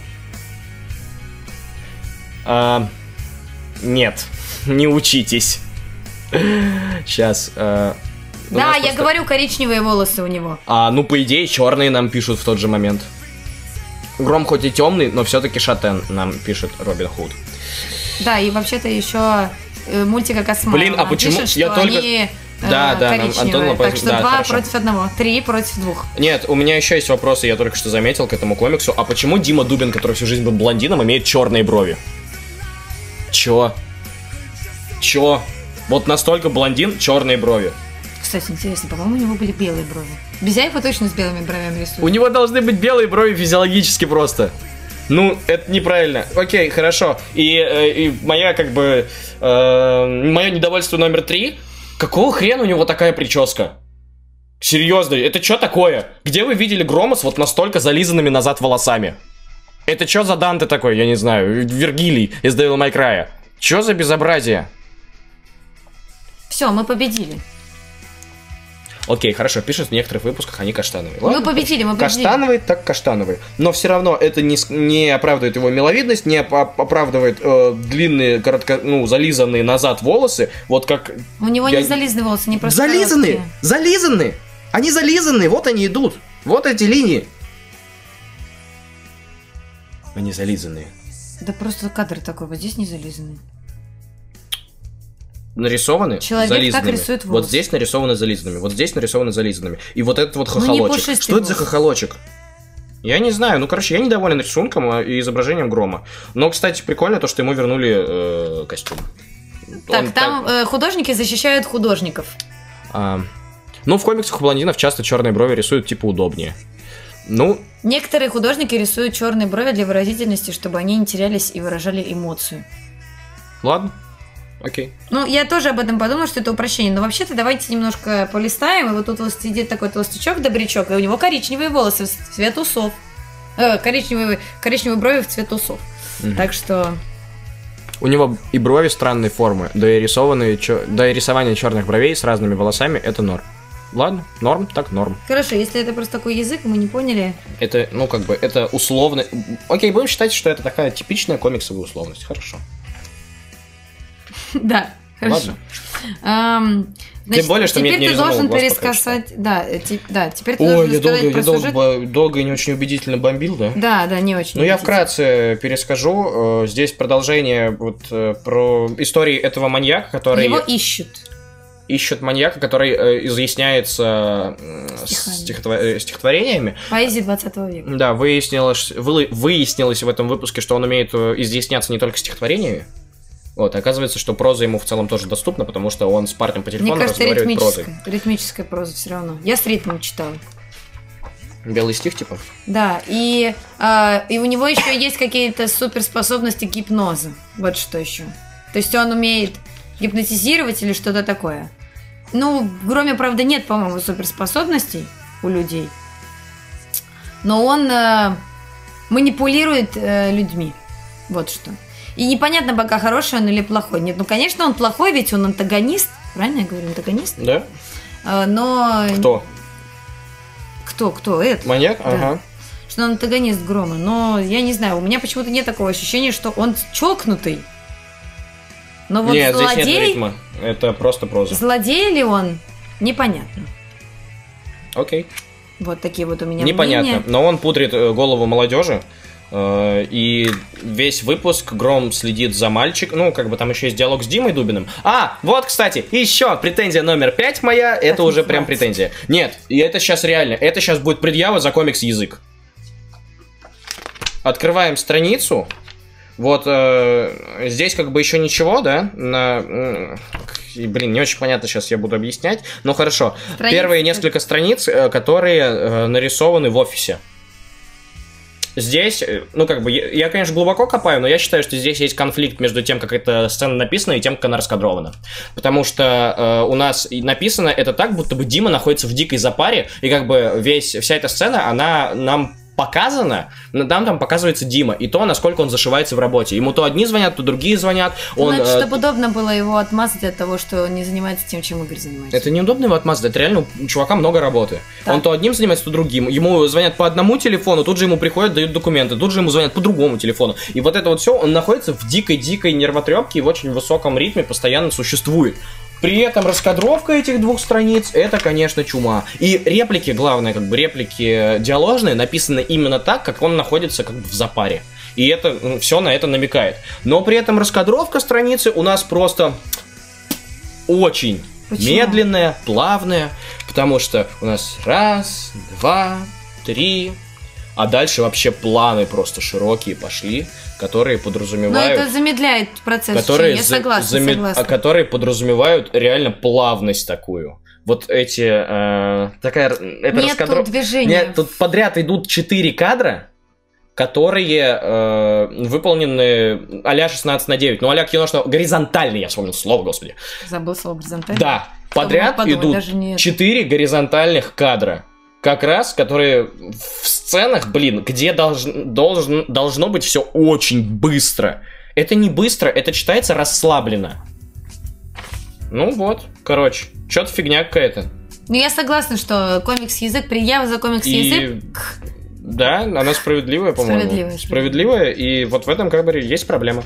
А, нет, не учитесь. Сейчас. А,
да, я просто... говорю, коричневые волосы у него.
А, ну, по идее, черные нам пишут в тот же момент. Гром хоть и темный, но все-таки шатен, нам пишет Робин Худ.
Да, и вообще-то еще... мультика Космайл.
Блин, а почему
пишет,
я только...
Они,
да,
э,
да, нам Антон Лопатин...
Так что
да,
два
хорошо.
против одного, три против двух.
Нет, у меня еще есть вопросы, я только что заметил к этому комиксу. А почему Дима Дубин, который всю жизнь был блондином, имеет черные брови? Чё? Чё? Вот настолько блондин, черные брови.
Кстати, интересно, по-моему, у него были белые брови. Безяева точно с белыми бровями рисует.
У него должны быть белые брови физиологически просто. Ну, это неправильно. Окей, хорошо. И, э, и моя, как бы, э, мое недовольство номер три. Какого хрена у него такая прическа? Серьезно, это что такое? Где вы видели Грома с вот настолько зализанными назад волосами? Это что за Данте такой, я не знаю, Вергилий из Devil May Cry? Что за безобразие?
Все, мы победили.
Окей, хорошо, пишут в некоторых выпусках, они каштановые.
Ладно, мы победили, мы победили.
Каштановые, так каштановые. Но все равно это не, не оправдывает его миловидность, не оправдывает э, длинные, коротко, ну, зализанные назад волосы. Вот как...
У него я... не зализанные волосы, не просто
зализанные!
короткие.
Зализанные! Они зализанные, вот они идут. Вот эти линии. Они зализанные.
Да просто кадр такой, вот здесь не зализанный.
Нарисованы
человек
зализанными.
Так рисует волосы.
Вот здесь нарисованы зализанными, вот здесь нарисованы зализанными. И вот этот вот хохолочек.
Ну,
что это за хохолочек? Я не знаю. Ну, короче, я недоволен рисунком и изображением Грома. Но, кстати, прикольно то, что ему вернули э, костюм.
Так,
Он
там так... Э, художники защищают художников.
А, ну, в комиксах у блондинов часто черные брови рисуют типа удобнее. Ну...
Некоторые художники рисуют черные брови для выразительности, чтобы они не терялись и выражали эмоцию.
Ладно. Окей.
Ну, я тоже об этом подумала, что это упрощение. Но вообще-то давайте немножко полистаем. И вот тут вот сидит такой толстячок, добрячок, и у него коричневые волосы в цвет усов. Э, коричневые, коричневые брови в цвет усов. Угу. Так что...
У него и брови странной формы, да и, рисованные, да и рисование черных бровей с разными волосами – это норм. Ладно, норм, так норм.
Хорошо, если это просто такой язык, мы не поняли.
Это, ну, как бы, это условно... Окей, будем считать, что это такая типичная комиксовая условность. Хорошо.
Да, хорошо. Эм, значит,
Тем более, что мне не
теперь ты должен пересказать. Да, те, да, теперь ты
Ой,
должен
я
рассказать
долго,
про
я долго,
сюжет.
долго и не очень убедительно бомбил, да?
Да, да, не очень.
Ну, я вкратце перескажу. Здесь продолжение вот про истории этого маньяка, который...
Его ищут.
Ищут маньяка, который э, изъясняется э, стихотвор... стихотворениями.
Поэзии двадцатого века.
Да, выяснилось, вы... выяснилось в этом выпуске, что он умеет изъясняться не только стихотворениями. Вот, оказывается, что проза ему в целом тоже доступна, потому что он с парнем по телефону
Мне кажется,
разговаривает прозой.
Ритмическая проза все равно. Я с ритмом читала.
Белый стих, типа?
Да, и, э, и у него еще есть какие-то суперспособности гипноза. Вот что еще. То есть он умеет гипнотизировать или что-то такое. Ну, в Громе, правда, нет, по-моему, суперспособностей у людей. Но он э, манипулирует э, людьми. Вот что. И непонятно пока, хороший он или плохой. Нет, ну, конечно, он плохой, ведь он антагонист. Правильно я говорю, антагонист?
Да.
Э, но...
Кто?
Кто, кто? Это?
Маньяк?
Да.
Ага.
Что он антагонист Грома. Но я не знаю, у меня почему-то нет такого ощущения, что он чокнутый. Но вот
нет,
злодей...
здесь нет ритма. Это просто проза.
Злодей ли он? Непонятно.
Окей.
Вот такие вот у меня
Непонятно.
мнения.
Но он пудрит голову молодежи. И весь выпуск Гром следит за мальчиком. Ну, как бы там еще есть диалог с Димой Дубиным. А, вот, кстати, еще претензия номер пять моя. Так это уже прям претензия. Нет, и это сейчас реально. Это сейчас будет предъява за комикс «Язык». Открываем страницу. Вот э, здесь как бы еще ничего, да? На, э, блин, не очень понятно, сейчас я буду объяснять. Но хорошо. Страницы. Первые несколько страниц, э, которые э, нарисованы в офисе. Здесь, ну, как бы, я, я, конечно, глубоко копаю, но я считаю, что здесь есть конфликт между тем, как эта сцена написана, и тем, как она раскадрована. Потому что э, у нас написано это так, будто бы Дима находится в дикой запаре, и как бы весь, вся эта сцена, она нам показано, нам там показывается Дима, и то, насколько он зашивается в работе. Ему то одни звонят, то другие звонят. Он,
ну, это чтобы удобно было его отмазать от того, что он не занимается тем, чем Игорь занимается.
Это неудобно его отмазать, это реально у чувака много работы. Так. Он то одним занимается, то другим. Ему звонят по одному телефону, тут же ему приходят, дают документы, тут же ему звонят по другому телефону. И вот это вот все, он находится в дикой-дикой нервотрепке и в очень высоком ритме постоянно существует. При этом раскадровка этих двух страниц — это, конечно, чума. И реплики, главное, как бы реплики диаложные, написаны именно так, как он находится как бы в запаре. И это, ну, все на это намекает. Но при этом раскадровка страницы у нас просто очень Почему? медленная, плавная, потому что у нас раз, два, три... А дальше вообще планы просто широкие пошли, которые подразумевают...
Но это замедляет процесс
которые
учения, я согласна,
заме...
согласна.
Которые подразумевают реально плавность такую. Вот эти... Э, такая... Это
Нет
раскадро...
тут движения.
Нет, тут подряд идут четыре кадра, которые э, выполнены а-ля шестнадцать на девять. Ну, а-ля киношного... Горизонтальный, я вспомнил слово, господи.
Забыл слово горизонтальный?
Да. Подряд идут четыре горизонтальных кадра. Как раз, которые в сценах, блин, где долж, должен, должно быть все очень быстро. Это не быстро, это читается расслабленно. Ну вот, короче, что-то фигня какая-то.
Ну, я согласна, что комикс-язык, я за комикс-язык...
И... Да, она справедливая, по-моему.
Справедливая.
Справедливая, и вот в этом как бы есть проблема.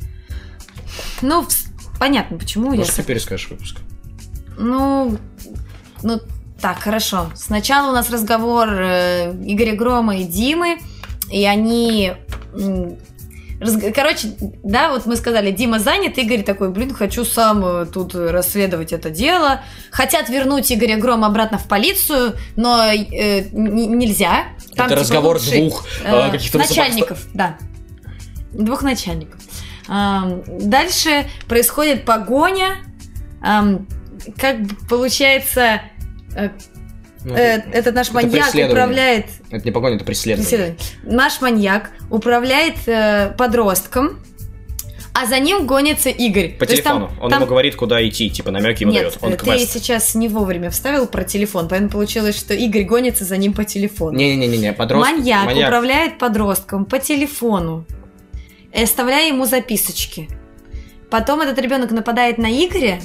Ну, понятно, почему.
Может,
я...
ты перескажешь выпуск?
Ну, ну, так, хорошо. Сначала у нас разговор э, Игоря Грома и Димы, и они... М- раз... Короче, да, вот мы сказали, Дима занят, Игорь такой, блин, хочу сам э, тут расследовать это дело. Хотят вернуть Игоря Грома обратно в полицию, но э, н- нельзя. Там,
это
типа,
разговор
лучший,
двух э, каких-то
начальников, да. Двух начальников. Э, дальше происходит погоня. Э, как получается...
Ну,
э, этот наш маньяк управляет...
Это не погоня, это преследование. преследование.
Наш маньяк управляет э, подростком, а за ним гонится Игорь.
По
То
телефону.
Там,
Он
там...
ему говорит, куда идти, типа намеки ему
Нет,
дает. Он
ты
квест.
сейчас не вовремя вставил про телефон, поэтому получилось, что Игорь гонится за ним по телефону.
Не-не-не, подросток.
Маньяк,
маньяк
управляет подростком по телефону, оставляя ему записочки. Потом этот ребенок нападает на Игоря,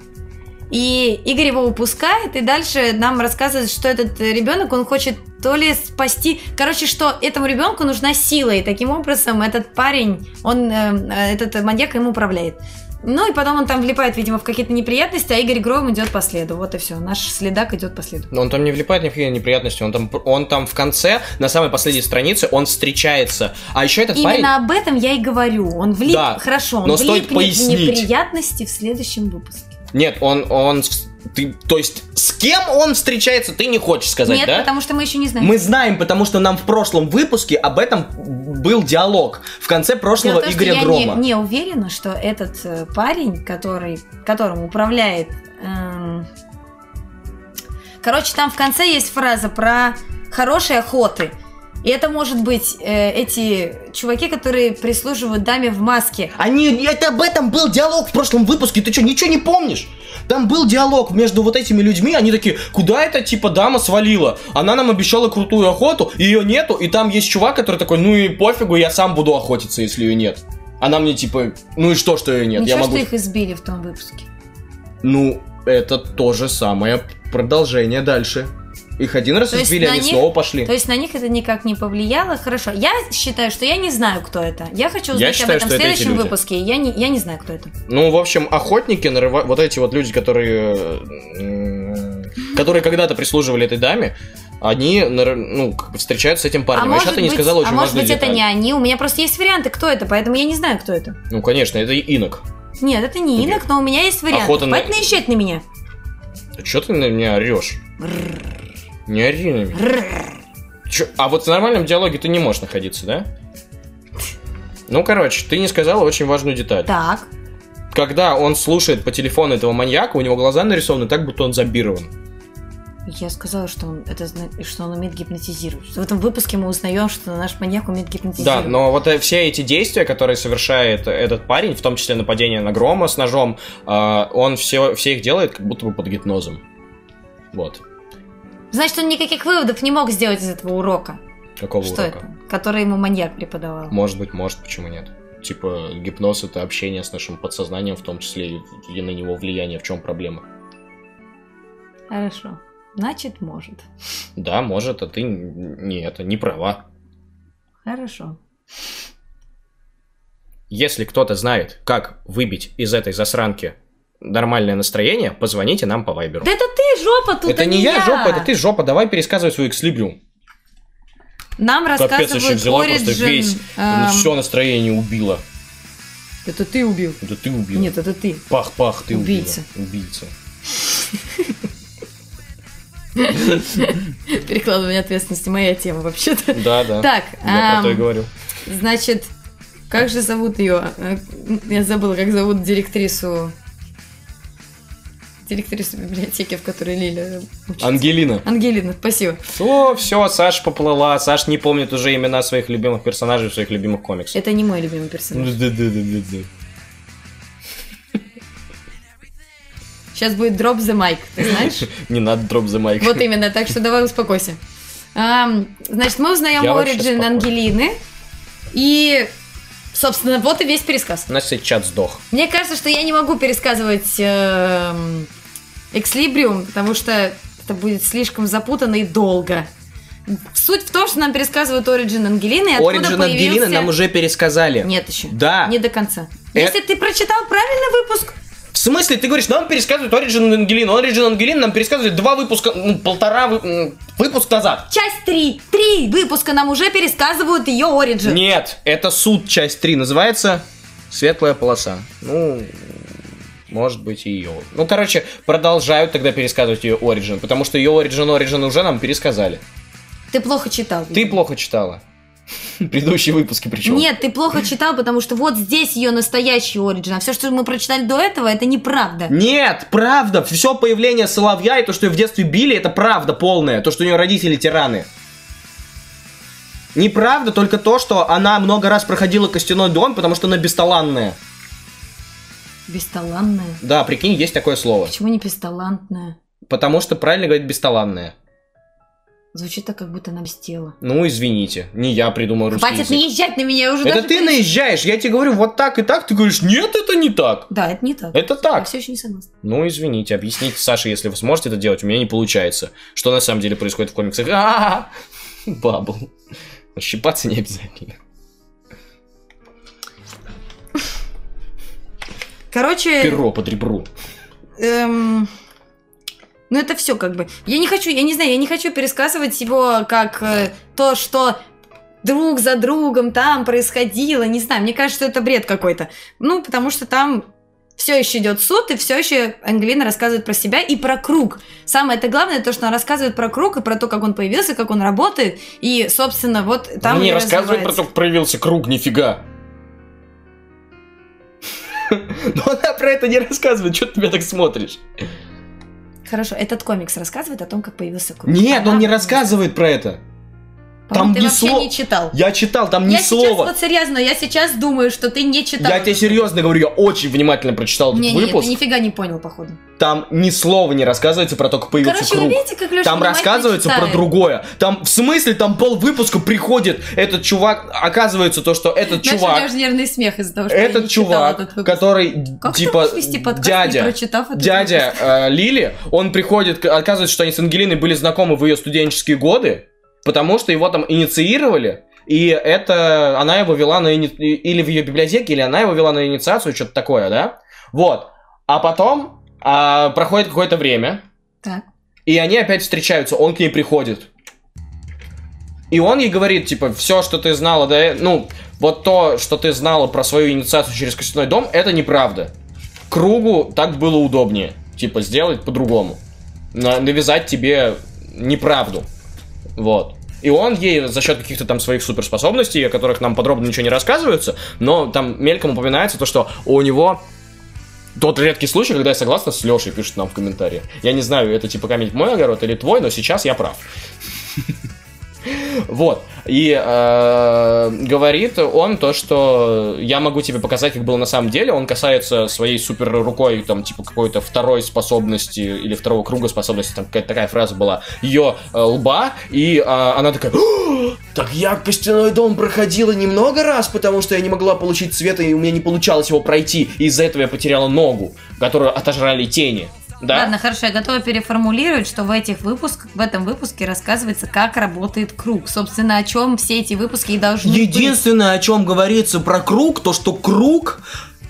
и Игорь его упускает, и дальше нам рассказывают, что этот ребенок, он хочет то ли спасти... Короче, что этому ребенку нужна сила, и таким образом этот парень, он, э, этот маньяк им управляет. Ну, и потом он там влипает, видимо, в какие-то неприятности, а Игорь Гром идет по следу. Вот и все. Наш следак идет по следу.
Но он там не влипает ни в какие неприятности. Он там, он там в конце, на самой последней странице, он встречается. А еще этот
Именно
парень...
Именно об этом я и говорю. Он влип... Да, хорошо, он влипнет в неприятности в следующем выпуске.
Нет, он, он, ты, то есть с кем он встречается, ты не хочешь сказать,
Нет,
да?
Нет, потому что мы еще не знаем.
Мы знаем, потому что нам в прошлом выпуске об этом был диалог в конце прошлого
Дело
Игоря
в том, что
Грома.
Я не, не уверена, что этот э, парень, который, которым управляет... Эм... Короче, там в конце есть фраза про хорошие охоты. И это может быть э, эти чуваки, которые прислуживают даме в маске.
Они, это об этом был диалог в прошлом выпуске. Ты что, ничего не помнишь? Там был диалог между вот этими людьми. Они такие, куда эта типа дама свалила? Она нам обещала крутую охоту, ее нету. И там есть чувак, который такой, ну и пофигу, я сам буду охотиться, если ее нет. Она мне типа, ну и что, что ее нет?
Ничего,
я могу...
что их избили в том выпуске.
Ну, это то же самое продолжение дальше. Их один раз избили, они них, снова пошли.
То есть на них это никак не повлияло? Хорошо. Я считаю, что я не знаю, кто это. Я хочу узнать я считаю, об этом в следующем выпуске. Я не, я не знаю, кто это.
Ну, в общем, охотники, нарыва... вот эти вот люди, которые, которые когда-то прислуживали этой даме, они ну, встречаются с этим парнем.
А,
а еще ты не сказала очень
а может быть,
деталь.
Это не они. У меня просто есть варианты, кто это, поэтому я не знаю, кто это.
Ну, конечно, это инок.
Нет, это не инок, но у меня есть варианты. Охота Хватит на... наезжать на меня.
Че ты на меня орешь? Не ори на меня. Чё? А вот в нормальном диалоге ты не можешь находиться, да? Ну, короче, ты не сказала очень важную деталь.
Так.
Когда он слушает по телефону этого маньяка, у него глаза нарисованы так, будто он зомбирован.
Я сказала, что он, это, что он умеет гипнотизировать. В этом выпуске мы узнаем, что наш маньяк умеет гипнотизировать.
Да, но вот все эти действия, которые совершает этот парень, в том числе нападение на Грома с ножом, он все, все их делает как будто бы под гипнозом. Вот.
Значит, он никаких выводов не мог сделать из этого урока.
Какого
что
урока?
Это? Который ему маньяк преподавал.
Может быть, может, почему нет? Типа, гипноз — это общение с нашим подсознанием, в том числе и на него влияние. В чем проблема?
Хорошо. Значит, может.
Да, может, а ты не это, не права.
Хорошо.
Если кто-то знает, как выбить из этой засранки нормальное настроение, позвоните нам по вайберу.
Да это ты жопа тут,
это
а
не я,
я
жопа, это ты жопа. Давай пересказывай свой экслибриум.
Нам рассказывают
Капец, еще взяла
Origin,
просто весь,
эм...
все настроение убила.
Это ты убил.
Это ты убил.
Нет, это ты.
Пах-пах, ты
убийца.
убила. Убийца.
Перекладывание ответственности, моя тема вообще-то.
Да, да.
Так,
я про то и говорю.
Значит, как же зовут ее? Я забыла, как зовут директрису. Директрису библиотеки, в которой Лиля учится.
Ангелина.
Ангелина, спасибо.
О, все, Саша поплыла. Саша не помнит уже имена своих любимых персонажей в своих любимых комиксах.
Это не мой любимый персонаж.
Да-да-да-да-да.
Сейчас будет drop the mic, ты знаешь?
Не надо drop the mic.
Вот именно, так что давай успокойся. Значит, мы узнаем оригин Ангелины. И, собственно, вот и весь пересказ.
У нас, кстати, чат сдох.
Мне кажется, что я не могу пересказывать Экслибриум, потому что это будет слишком запутанно и долго. Суть в том, что нам пересказывают оригин Ангелины.
Оригин Ангелины нам уже пересказали.
Нет еще.
Да.
Не до конца. Если ты прочитал правильный выпуск...
В смысле? Ты говоришь, нам пересказывают Origin Ангелину. Origin Ангелину нам пересказывают два выпуска, ну, полтора вы, выпуск назад.
Часть три. Три выпуска нам уже пересказывают ее Origin.
Нет, это суд, часть три. Называется «Светлая полоса». Ну, может быть, и ее. Ну, короче, продолжают тогда пересказывать ее Origin, потому что ее Origin Origin уже нам пересказали.
Ты плохо читал.
Ты плохо читала. Предыдущие выпуски причем.
Нет, ты плохо читал, потому что вот здесь ее настоящий оригин, а все, что мы прочитали до этого, это неправда.
Нет, правда. Все появление Соловья и то, что ее в детстве били, это правда полная. То, что у нее родители тираны. Неправда только то, что она много раз проходила костяной дом, потому что она бесталанная.
Бесталанная?
Да, прикинь, есть такое слово.
Почему не бесталантная?
Потому что правильно говорить бесталанная.
Звучит так, как будто она без тела.
Ну, извините, не я придумал русский
Хватит
язык.
наезжать на меня уже.
Это
даже
ты
при...
наезжаешь, я тебе говорю вот так и так, ты говоришь, нет, это не так.
Да, это не так.
Это так.
Я все еще не согласна.
Ну, извините, объясните Саше, если вы сможете это делать, у меня не получается. Что на самом деле происходит в комиксах? А-а-а! Бабл. Щипаться не обязательно.
Короче...
Перо под ребру.
Эм... Ну, это все как бы. Я не хочу, я не знаю, я не хочу пересказывать его как э, то, что друг за другом там происходило. Не знаю, мне кажется, что это бред какой-то. Ну, потому что там все еще идет суд, и все еще Ангелина рассказывает про себя и про круг. Самое это главное, то, что она рассказывает про круг и про то, как он появился, как он работает. И, собственно, вот там.
Она не рассказывает про то, как проявился круг, нифига. Но она про это не рассказывает, что ты меня так смотришь?
Хорошо, этот комикс рассказывает о том, как появился круг.
Нет,
Она
он не рассказывает про это. Там
ты
ни
вообще
слова.
не читал.
Я читал, там ни
я
слова.
Я сейчас, вот серьезно, я сейчас думаю, что ты не читал.
Я тебе серьезно говорю, я очень внимательно прочитал этот
не,
выпуск.
Не, ты нифига не понял, походу.
Там ни слова не рассказывается про то, как появился
Короче,
круг.
вы видите, как Лёша
Там рассказывается про другое. Там, в смысле, там пол выпуска приходит этот чувак, оказывается то, что этот
Знаешь,
чувак...
у меня же нервный смех из-за того, что
этот
я не
чувак,
этот
который,
как
типа, дядя,
подкаст,
дядя э, Лили, он приходит, оказывается, что они с Ангелиной были знакомы в ее студенческие годы, потому что его там инициировали, и это она его вела на ини... или в ее библиотеке, или она его вела на инициацию, что-то такое, да? Вот. А потом а, проходит какое-то время,
так.
И они опять встречаются, он к ней приходит. И он ей говорит, типа, все, что ты знала, да, ну, вот то, что ты знала про свою инициацию через костяной дом, это неправда. Кругу так было удобнее, типа, сделать по-другому. Навязать тебе неправду. Вот. И он ей за счет каких-то там своих суперспособностей, о которых нам подробно ничего не рассказывается, но там мельком упоминается то, что у него тот редкий случай, когда я согласна с Лешей, пишет нам в комментариях. Я не знаю, это типа камень мой огород или твой, но сейчас я прав. Вот. И э, говорит он то, что я могу тебе показать, как было на самом деле. Он касается своей супер рукой, там, типа, какой-то второй способности или второго круга способности, там какая-то такая фраза была, ее э, лба, и э, она такая: так я костяной дом проходила немного раз, потому что я не могла получить цвет, и у меня не получалось его пройти, и из-за этого я потеряла ногу, которую отожрали тени. Да?
Ладно, хорошо, я готова переформулировать, что в этих выпусках, в этом выпуске рассказывается, как работает круг. Собственно, о чем все эти выпуски и должны
Единственное, быть. О чем говорится про круг, то, что круг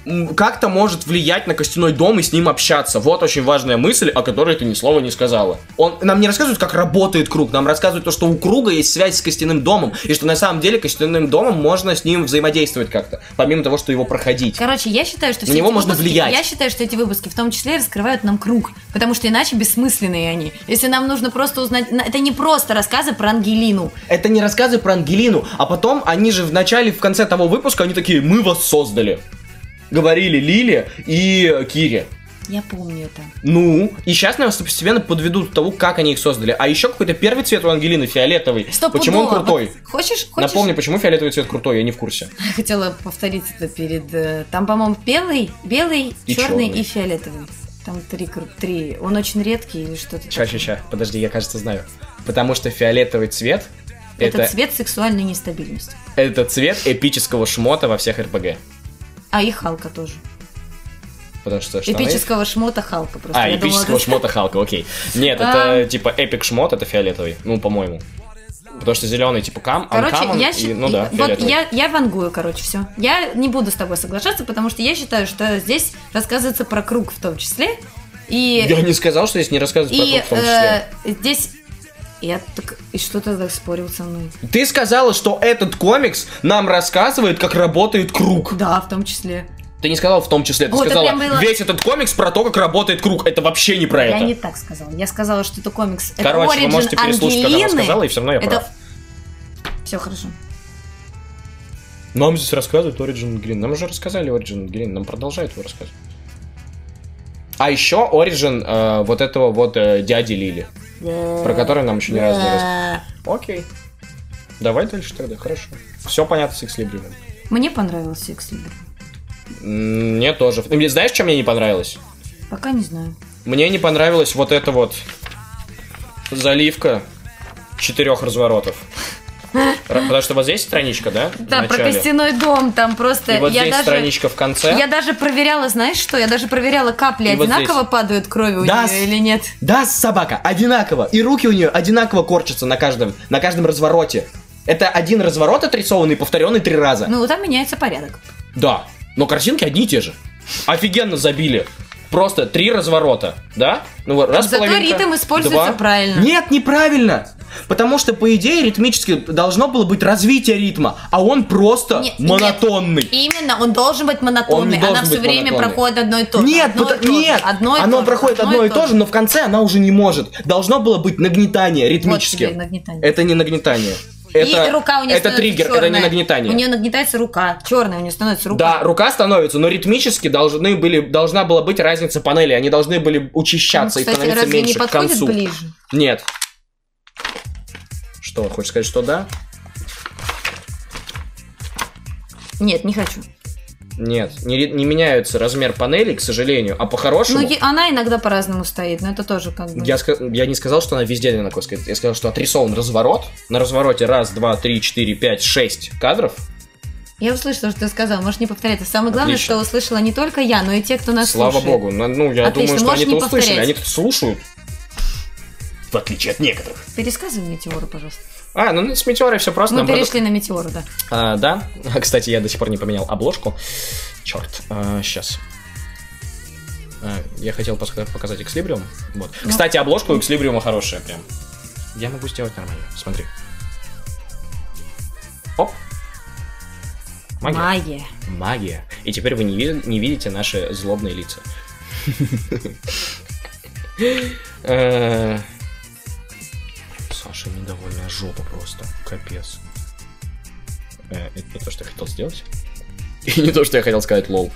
как-то может влиять на костяной дом и с ним общаться. Вот очень важная мысль, о которой ты ни слова не сказала. Он нам не рассказывает, как работает круг, нам рассказывает то, что у круга есть связь с костяным домом, и что на самом деле костяным домом можно с ним взаимодействовать как-то, помимо того, что его проходить.
Короче, я считаю, что
на него можно
выпуски,
влиять.
Я считаю, что эти выпуски в том числе раскрывают нам круг, потому что иначе бессмысленные они. Если нам нужно просто узнать... Это не просто рассказы про Ангелину.
Это не рассказы про Ангелину, а потом они же в начале, в конце того выпуска, они такие: мы вас создали. Говорили Лиле и Кире.
Я помню это.
Ну, и сейчас нас постепенно подведут к тому, как они их создали. А еще какой-то первый цвет у Ангелины фиолетовый.
Стоп,
почему он крутой?
Вот хочешь, хочешь?
Напомни, почему фиолетовый цвет крутой, я не в курсе.
Хотела повторить это перед... Там, по-моему, белый, белый, и черный, черный и фиолетовый. Там три, три. Он очень редкий или что-то.
Ща, ща, ща. Подожди, я, кажется, знаю. Потому что фиолетовый цвет...
Это, это цвет сексуальной нестабильности.
Это цвет эпического шмота во всех эр пэ гэ.
А и Халка тоже.
Потому что штаны...
Эпического шмота Халка просто.
А, я эпического думала, шмота Халка, окей. Нет, это типа эпик шмот, это фиолетовый. Ну, по-моему. Потому что зеленый типа кам,
короче,
uncommon,
я
и,
счит...
ну да,
вот я, я вангую, короче, все. Я не буду с тобой соглашаться, потому что я считаю, что здесь рассказывается про круг в том числе. И...
Я не сказал, что здесь не рассказывается
и,
про круг в том числе.
Э, здесь... Я так... И что ты так спорил со мной?
Ты сказала, что этот комикс нам рассказывает, как работает круг.
Да, в том числе.
Ты не сказала в том числе, ты
вот,
сказала,
было...
весь этот комикс про то, как работает круг. Это вообще не про
я
это.
Я не так сказала. Я сказала, что это комикс.
Короче,
это
вы можете переслушать,
Ангелины.
когда она сказала, и все равно я
это...
прав.
Все хорошо.
Нам здесь рассказывают Origin Ангелины. Нам уже рассказали Origin Ангелины, нам продолжают его рассказывать. А еще Origin э, вот этого вот э, дяди Лили. Про который нам еще ни разу не рассказали. Окей. Давай дальше тогда, хорошо. Все понятно с Экслибриумом.
Мне понравился Экслибриум.
Мне тоже. Знаешь, что мне не понравилось?
Пока не знаю.
Мне не понравилась вот эта вот заливка четырех разворотов. Потому что вот здесь страничка, да?
Да, про костяной дом, там просто...
И вот
я
здесь
даже,
страничка в конце.
Я даже проверяла, знаешь что? Я даже проверяла, капли
и
одинаково
вот
падают крови у
да,
нее или нет.
Да, собака, одинаково. И руки у нее одинаково корчатся на каждом, на каждом развороте. Это один разворот отрисованный, повторенный три раза.
Ну, там меняется порядок.
Да, но картинки одни и те же. Офигенно забили. Просто три разворота, да? Ну, раз
Зато
половинка,
ритм используется
два.
правильно.
Нет, неправильно. Потому что, по идее, ритмически должно было быть развитие ритма, а он просто нет, монотонный.
Нет, именно, он должен быть монотонный. Она все время монотонный. Проходит одно и то же.
Нет,
одно
потому,
и то
нет,
же, одно и
оно
то
проходит
одно
одно и
то,
то
же,
же, но в конце она уже не может. Должно было быть нагнетание ритмически.
Вот нагнетание.
Это не нагнетание. Это,
и рука у нее
это триггер, черная. Это не нагнетание.
У нее нагнетается рука, черная у нее становится рука.
Да, рука становится, но ритмически должны были, должна была быть разница панели. Они должны были учащаться, ну, кстати, и становиться меньше
не
к концу.
Ближе?
Нет. Что, хочешь сказать, что да?
Нет, не хочу.
Нет, не, не меняется размер панели, к сожалению, а по-хорошему...
Ну, она иногда по-разному стоит, но это тоже как бы...
Я, я не сказал, что она везде одинаково стоит. Я сказал, что отрисован разворот. На развороте раз, два, три, четыре, пять, шесть кадров.
Я услышала, что ты сказал. Можешь не повторять. Это самое главное, Отлично. Что услышала не только я, но и те, кто нас
Слава
слушает.
богу. Ну, я
Отлично.
думаю, что они-то
услышали.
Повторять. Они-то слушают. В отличие от некоторых.
Пересказывай Метеору, пожалуйста.
А, ну с Метеорой все просто.
Мы перешли на Метеору, да.
А, да. Кстати, я до сих пор не поменял обложку. Черт. А, сейчас. А, я хотел показать Экслибриум. Вот. Ну. Кстати, обложка у Экслибриума хорошая прям. Я могу сделать нормально. Смотри. Оп. Магия.
Магия.
Магия. И теперь вы не, ви- не видите наши злобные лица. Саша недовольная жопа просто. Капец. Это не то, что я хотел сделать. И не то, что я хотел сказать, лол.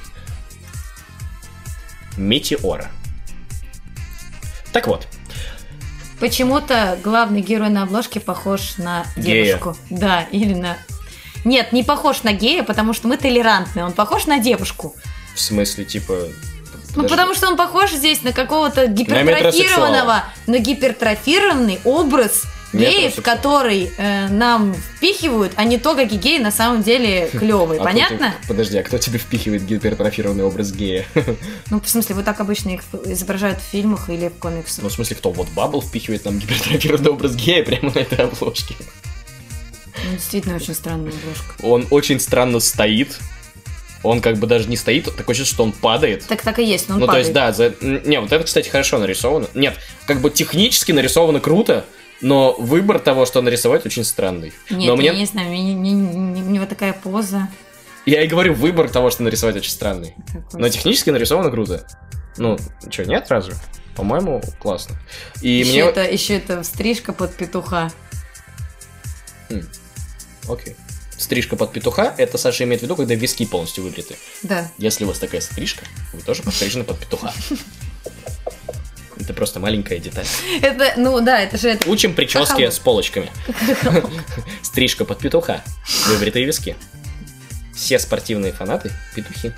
Метеора. Так вот.
Почему-то главный герой на обложке похож на девушку. Гея. Да, или на... Нет, не похож на гея, потому что мы толерантны. Он похож на девушку.
В смысле, типа...
Ну, Подожди. Потому что он похож здесь на какого-то гипертрофированного, но гипертрофированный образ геев, который э, нам впихивают, а не то, какие геи на самом деле клевые. Понятно?
Ты, подожди, а кто тебе впихивает гипертрофированный образ гея?
Ну, в смысле, вот так обычно их изображают в фильмах или в комиксах.
Ну, в смысле, кто? Вот Баббл впихивает нам гипертрофированный образ гея прямо на этой обложке.
Ну, действительно, очень странная обложка.
Он очень странно стоит. Он как бы даже не стоит, такое чувство, что он падает.
Так так и есть, но он
ну,
падает.
Ну, то есть, да, за... не, вот это, кстати, хорошо нарисовано. Нет, как бы технически нарисовано круто, но выбор того, что нарисовать, очень странный.
Нет,
но
я
мне...
не знаю, мне, мне, мне, мне вот такая поза.
Я и говорю, выбор того, что нарисовать, очень странный.
Какой?
Но технически нарисовано круто. Ну, что, нет, разве? По-моему, классно. И
еще,
мне...
это, еще это стрижка под петуха.
Хм. Окей. Стрижка под петуха, это Саша имеет в виду, когда виски полностью выбриты.
Да.
Если у вас такая стрижка, вы тоже подстрижены под петуха. Это просто маленькая деталь.
Это, ну да, это же... Это...
Учим прически с полочками. Стрижка под петуха, выбритые виски. Все спортивные фанаты – петухи.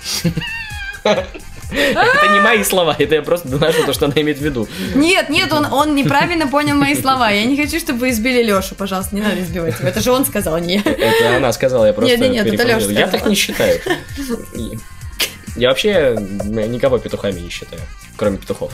Это не мои слова, это я просто доношу то, что она имеет в виду.
Нет, нет, он, он неправильно понял мои слова. Я не хочу, чтобы вы избили Лешу, пожалуйста, не надо избивать его. Это же он сказал, не я.
Это она сказала, я просто
Нет, нет, нет, это Леша сказал.
Я так не считаю. Я вообще никого петухами не считаю, кроме петухов.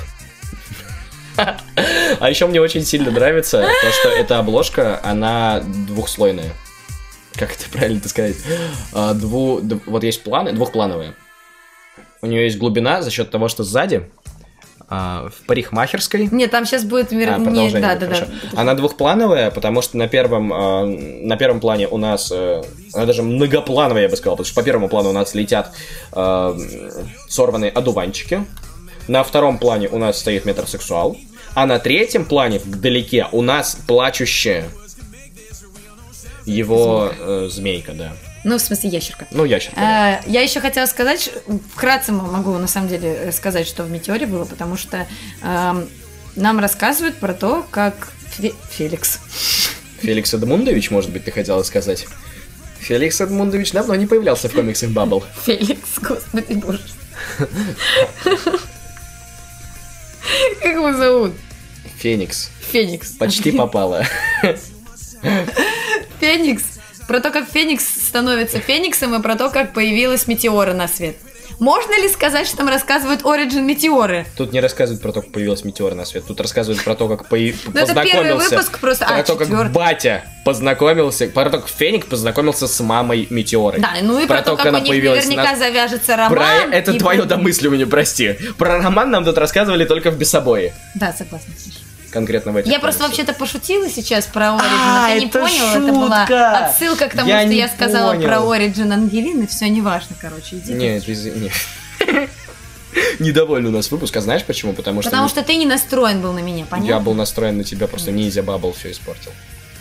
А еще мне очень сильно нравится то, что эта обложка, она двухслойная. Как это правильно сказать? Дву... Вот есть планы, двухплановые. У нее есть глубина за счет того, что сзади а, в парикмахерской.
Нет, там сейчас будет мир...
А,
не... да,
будет,
да, да.
Она двухплановая, потому что на первом, а, на первом плане у нас, а, она даже многоплановая, я бы сказал, потому что по первому плану у нас летят а, сорванные одуванчики. На втором плане у нас стоит метросексуал. А на третьем плане, вдалеке, у нас плачущая его э, змейка, да.
Ну, в смысле, ящерка.
Ну, ящерка.
А, я еще хотела сказать, вкратце могу на самом деле сказать, что в «Метеоре» было, потому что э, нам рассказывают про то, как Фе- Феликс.
Феликс Эдмундович, может быть, ты хотела сказать? Феликс Эдмундович давно не появлялся в комиксах Баббл.
Феликс, господи боже. Как его зовут?
Феникс.
Феникс.
Почти попала.
Феникс. Про то, как Феникс становится Фениксом, и про то, как появилась Метеора на свет. Можно ли сказать, что там рассказывают оригин Метеоры?
Тут не рассказывают про то, как появилась Метеора на свет. Тут рассказывают про то, как по... познакомился...
Это первый выпуск просто...
Про
а,
то,
четвертый.
как батя познакомился... Про то, как Феникс познакомился с мамой Метеоры.
Да, ну и про, про то, как, как у них наверняка на... завяжется роман.
Про... Это
и...
твое домысливание, прости. Про роман нам тут рассказывали только в «Бесобое».
Да, согласна.
Конкретно в этих
Я просто вообще-то пошутила сейчас про Ориджин,
а,
а ты не
это
понял,
шутка.
Это была отсылка к тому,
я
что я сказала
понял.
про Ориджин Ангелины, все неважно, короче, иди.
Нет, извини. Недовольный у нас выпуск, а знаешь почему? Потому что...
Потому что ты не настроен был на меня, понятно?
Я был настроен на тебя, просто Ниндзя Баббл все испортил.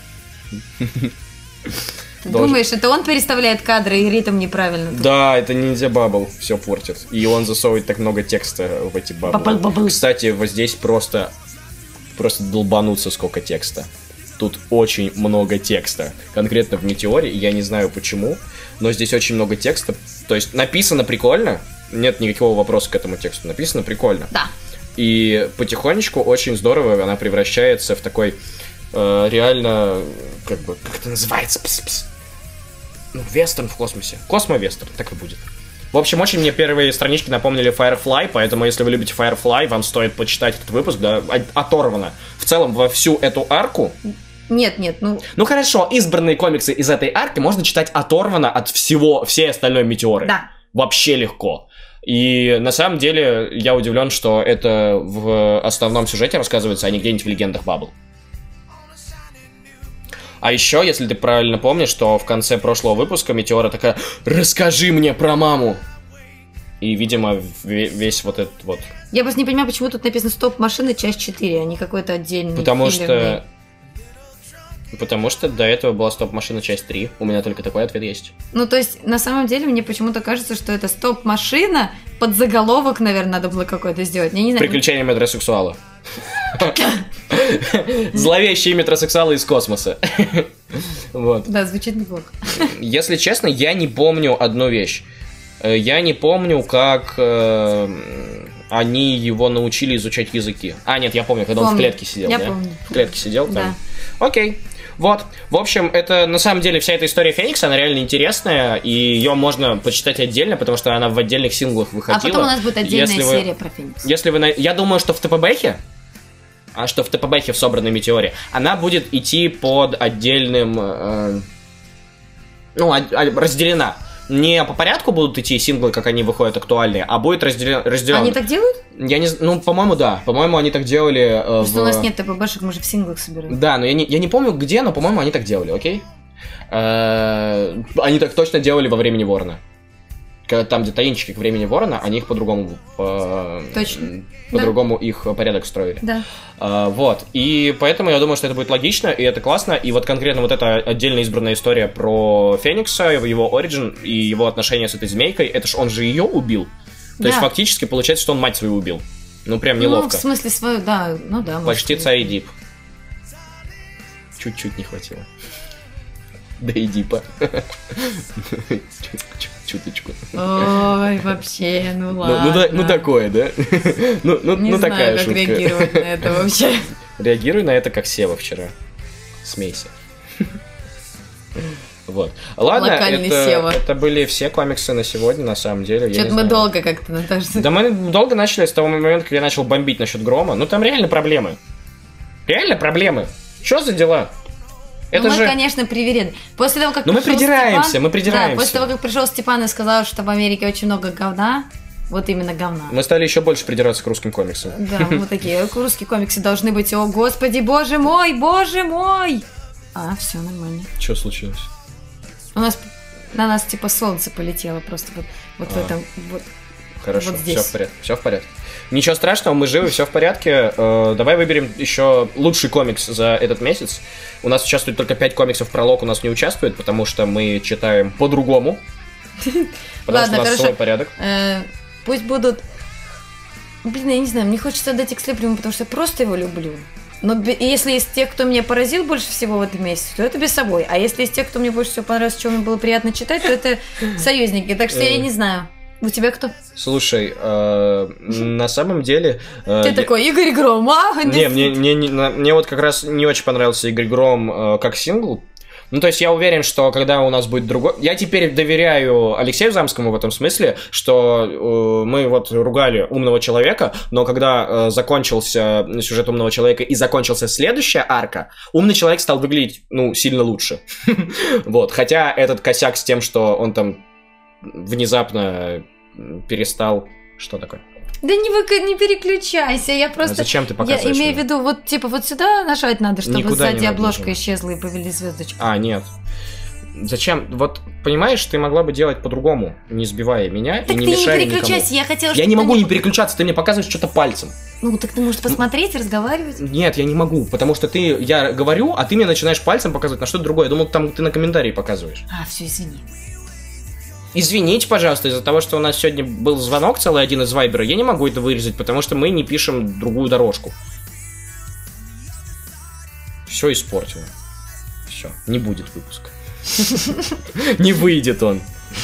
Ты думаешь, это он переставляет кадры и ритм неправильно?
Да, это Ниндзя Баббл все портит. И он засовывает так много текста в эти бабблы. Кстати, вот здесь просто... Просто долбануться сколько текста. Тут очень много текста. Конкретно в «Метеоре», я не знаю почему, но здесь очень много текста. То есть написано прикольно, нет никакого вопроса к этому тексту. Написано прикольно.
Да.
И потихонечку очень здорово она превращается в такой э, реально, как бы, как это называется? Пс-пс. Ну, вестерн в космосе. Космо-вестерн, так и будет. В общем, очень мне первые странички напомнили Firefly, поэтому если вы любите Firefly, вам стоит почитать этот выпуск, да, оторвано. В целом, во всю эту арку...
Нет, нет, ну...
Ну хорошо, избранные комиксы из этой арки можно читать оторвано от всего, всей остальной «Метеоры».
Да.
Вообще легко. И на самом деле я удивлен, что это в основном сюжете рассказывается, а не где-нибудь в «Легендах Баббл». А еще, если ты правильно помнишь, что в конце прошлого выпуска Метеора такая: «Расскажи мне про маму!» И, видимо, весь вот этот вот...
Я просто не понимаю, почему тут написано «Стоп-машина. Часть четыре», а не какой-то отдельный
Потому
фильм.
что... Потому что до этого была «Стоп-машина. Часть три». У меня только такой ответ есть.
Ну, то есть, на самом деле, мне почему-то кажется, что это «Стоп-машина». Под заголовок, наверное, надо было какой-то сделать. Я не знаю.
«Приключения метросексуала». Зловещие метросексуалы из космоса. Вот.
Да, звучит неплохо.
Если честно, я не помню одну вещь. Я не помню, как э, они его научили изучать языки. А, нет, я помню, когда помню. Он в клетке сидел.
Я
да?
помню.
В клетке сидел там.
Да.
Окей. Вот. В общем, это на самом деле вся эта история Феникса, она реально интересная, и ее можно почитать отдельно, потому что она в отдельных синглах выходила.
А потом у нас будет отдельная
если
серия
вы,
про Феникса.
Если вы, я думаю, что в ТПБХе, а что в ТПБХе в собранной «Метеоре», она будет идти под отдельным, э, ну, разделена Не по порядку будут идти синглы, как они выходят актуальные, а будет разделен... разделен.
Они так делают?
Я не Ну, по-моему, да. По-моему, они так делали... Э,
Потому
в...
что у нас нет ТПБшек, мы же в синглах собираем.
Да, но я не, я не помню где, но, по-моему, они так делали, окей? Э, они так точно делали во Времени Ворона. Когда там, где таинчики к Времени Ворона, они их по-другому по...
Точно.
По-другому
да.
их порядок строили.
Да.
А, вот. И поэтому я думаю, что это будет логично, и это классно. И вот конкретно вот эта отдельно избранная история про Феникса, его оригин и его отношения с этой змейкой, это ж он же ее убил. То да. есть фактически получается, что он мать свою убил. Ну прям неловко.
Ну, в смысле свою, да, ну да.
Почти Цаидип. Чуть-чуть не хватило. Да и Дипа. Чуточку.
Ой, вообще, ну ладно.
Ну, ну, да, ну такое, да? ну, ну,
не
ну
знаю,
такая
как
шутка.
реагировать на это вообще.
Реагируй на это, как Сева вчера. Смейся. Вот. Ладно, это, это были все комиксы на сегодня, на самом деле.
Что-то мы знаю. долго как-то, Наташа.
Да мы долго начали с того момента, как я начал бомбить насчет Грома. Ну там реально проблемы. Реально проблемы. Что за дела? Это
ну, мы,
же...
конечно, привереды. После того, как
Но мы придираемся,
Степан...
мы придираемся.
Да, после того, как пришел Степан и сказал, что в Америке очень много говна, вот именно говна.
Мы стали еще больше придираться к русским комиксам.
Да, вот такие. Русские комиксы должны быть, о, господи, боже мой, боже мой! А, все нормально.
Что случилось?
У нас на нас типа солнце полетело просто вот, вот а. в этом вот.
Хорошо,
вот здесь.
все в порядке, все в порядке. Ничего страшного, мы живы, все в порядке. Э, давай выберем еще лучший комикс за этот месяц. У нас участвует только пять комиксов, пролог у нас не участвует, потому что мы читаем по-другому. Потому что у нас свой порядок.
Пусть будут... Блин, я не знаю, мне хочется отдать Экслибриуму, потому что я просто его люблю. Но если из тех, кто меня поразил больше всего в этом месяце, то это Бесовой. А если из тех, кто мне больше всего понравился, что мне было приятно читать, то это Союзники. Так что я не знаю. У тебя кто?
Слушай, э, на самом деле... Э,
Ты я... такой, Игорь Гром, а?
Не, мне, мне, мне, мне вот как раз не очень понравился Игорь Гром э, как сингл. Ну, то есть я уверен, что когда у нас будет другой... Я теперь доверяю Алексею Замскому в этом смысле, что э, мы вот ругали умного человека, но когда э, закончился сюжет умного человека и закончился следующая арка, умный человек стал выглядеть, ну, сильно лучше. Вот, хотя этот косяк с тем, что он там внезапно перестал... Что такое?
Да не, вы, не переключайся, я просто...
А зачем ты показываешь?
Я имею в виду, вот типа вот сюда нажать надо, чтобы
Никуда
сзади обложка исчезла и повели звездочку.
А, нет. Зачем? Вот, понимаешь, ты могла бы делать по-другому, не сбивая меня
так
и не мешая никому.
Так ты не переключайся, я хотела...
Я не могу не переключаться, ты мне показываешь что-то пальцем.
Ну, так ты можешь посмотреть, разговаривать.
Нет, я не могу, потому что ты... Я говорю, а ты мне начинаешь пальцем показывать на что-то другое. Я думал, там ты на комментарии показываешь.
А, все, извини.
Извините, пожалуйста, из-за того, что у нас сегодня был звонок целый один из Вайбера, я не могу это вырезать, потому что мы не пишем другую дорожку. Все испортило. Все, не будет выпуска. Не выйдет он.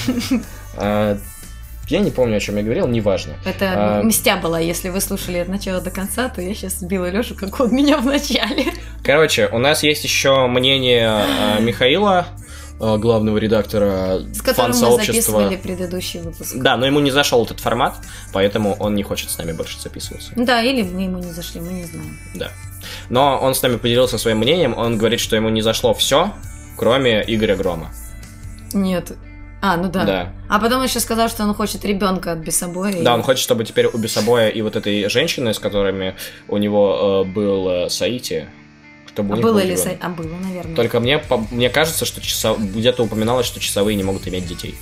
Я не помню, о чем я говорил, неважно.
Это мстя была, если вы слушали от начала до конца, то я сейчас сбила Лешу, как он меня в начале.
Короче, у нас есть еще мнение Михаила, главного редактора фан-сообщества.
С которым мы записывали предыдущий выпуск.
Да, но ему не зашел этот формат, поэтому он не хочет с нами больше записываться.
Да, или мы ему не зашли, мы не знаем.
Да. Но он с нами поделился своим мнением, он говорит, что ему не зашло все, кроме Игоря Грома.
Нет. А, ну да.
Да.
А потом еще сказал, что он хочет ребенка от Бесобоя.
Да,
и...
он хочет, чтобы теперь у Бесобоя и вот этой женщины, с которыми у него э, был э, Саити, чтобы у
а
них
было
был
ли
ребенок.
А было, наверное.
Только мне, по, мне кажется, что часов... где-то упоминалось, что часовые не могут иметь детей.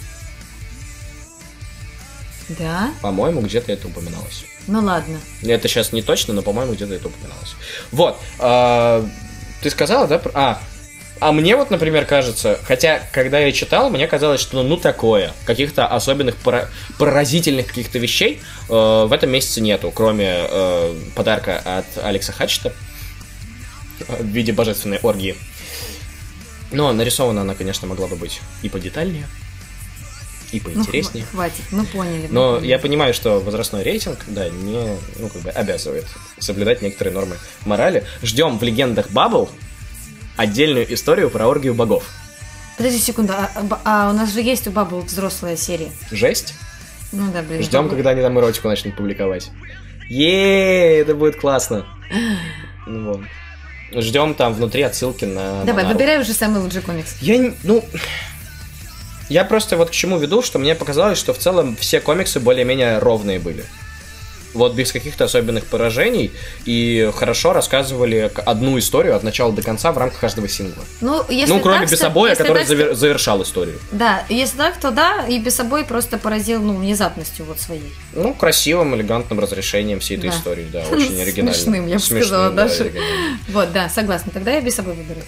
Да?
По-моему, где-то это упоминалось.
Ну ладно.
Это сейчас не точно, но, по-моему, где-то это упоминалось. Вот. Э, ты сказала, да? А, а мне вот, например, кажется, хотя, когда я читал, мне казалось, что ну такое. Каких-то особенных пора... поразительных каких-то вещей э, в этом месяце нету, кроме э, подарка от Алекса Хатчета в виде божественной оргии. Но нарисована она, конечно, могла бы быть и подетальнее, и поинтереснее.
Ну, хватит, мы поняли. Мы
Но
поняли.
я понимаю, что возрастной рейтинг, да, не, ну, как бы обязывает соблюдать некоторые нормы морали. Ждем в легендах Баббл отдельную историю про оргию богов.
Подожди секунду, а, а, а у нас же есть у Баббл взрослая серия.
Жесть?
Ну да, блин.
Ждем, когда они там эротику начнут публиковать. Е-е-е, это будет классно. Ну, вот. Ждем там внутри отсылки на
Давай,
Монару.
выбирай уже самый лучший комикс.
Я не... Ну... Я просто вот к чему веду, что мне показалось, что в целом все комиксы более-менее ровные были. Вот без каких-то особенных поражений, и хорошо рассказывали одну историю от начала до конца в рамках каждого сингла.
Ну, если
ну кроме
так,
Бесобоя, который
так,
завер... завершал историю.
Да, если так, то да, и Бесобой просто поразил, ну, внезапностью вот своей.
Ну, красивым, элегантным разрешением всей этой да. истории, да, очень оригинально.
Смешным, я бы сказала, да, даже. Вот, да, согласна, тогда я Бесобой выберу.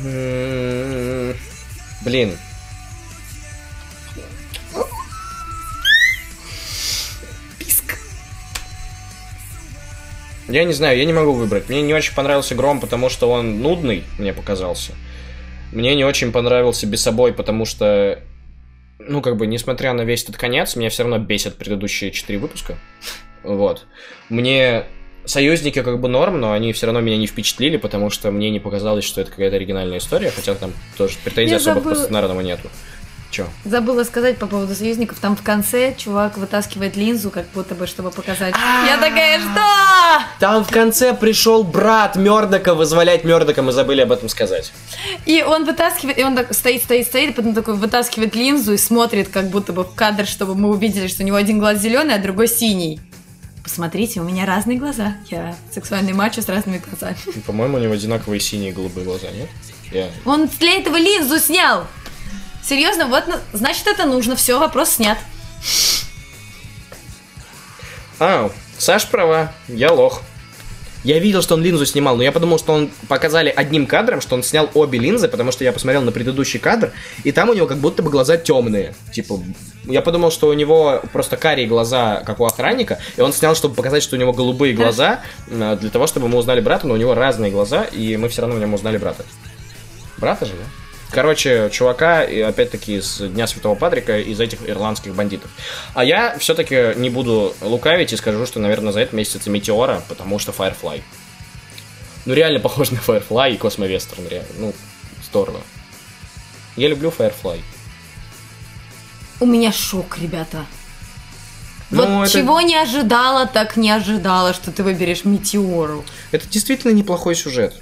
Блин. Я не знаю, я не могу выбрать. Мне не очень понравился Гром, потому что он нудный, мне показался. Мне не очень понравился Бесобой, потому что, ну, как бы, несмотря на весь этот конец, меня все равно бесят предыдущие четыре выпуска. Вот. Мне Союзники как бы норм, но они все равно меня не впечатлили, потому что мне не показалось, что это какая-то оригинальная история, хотя там тоже претензий особых забыл... по сценарному нету. Чё?
Забыла сказать по поводу союзников. Там в конце чувак вытаскивает линзу, как будто бы, чтобы показать. Я такая, что?
Там в конце пришел брат Мёрдока вызволять Мёрдока, мы забыли об этом сказать.
И он вытаскивает, и он так стоит, стоит, стоит, потом такой вытаскивает линзу и смотрит как будто бы в кадр, чтобы мы увидели, что у него один глаз зеленый, а другой синий. Посмотрите, у меня разные глаза. Я сексуальный мачо с разными глазами.
По-моему, у него одинаковые синие и голубые глаза, нет? Я...
Он для этого линзу снял! Серьезно, вот, значит, это нужно. Все, вопрос снят.
А, Саш права, я лох. Я видел, что он линзу снимал, но я подумал, что он показали одним кадром, что он снял обе линзы, потому что я посмотрел на предыдущий кадр, и там у него как будто бы глаза темные. Типа, я подумал, что у него просто карие глаза, как у охранника, и он снял, чтобы показать, что у него голубые глаза, для того, чтобы мы узнали брата, но у него разные глаза, и мы все равно в нем узнали брата. Брата же, да? Короче, чувака, и опять-таки, с Дня Святого Патрика, из этих ирландских бандитов. А я все-таки не буду лукавить и скажу, что, наверное, за этот месяц это Метеора, потому что Firefly. Ну, реально похож на Firefly и Космовестерн, реально. Ну, здорово. Я люблю Firefly.
У меня шок, ребята.
Ну,
вот это... чего не ожидала, так не ожидала, что ты выберешь Метеору.
Это действительно неплохой сюжет.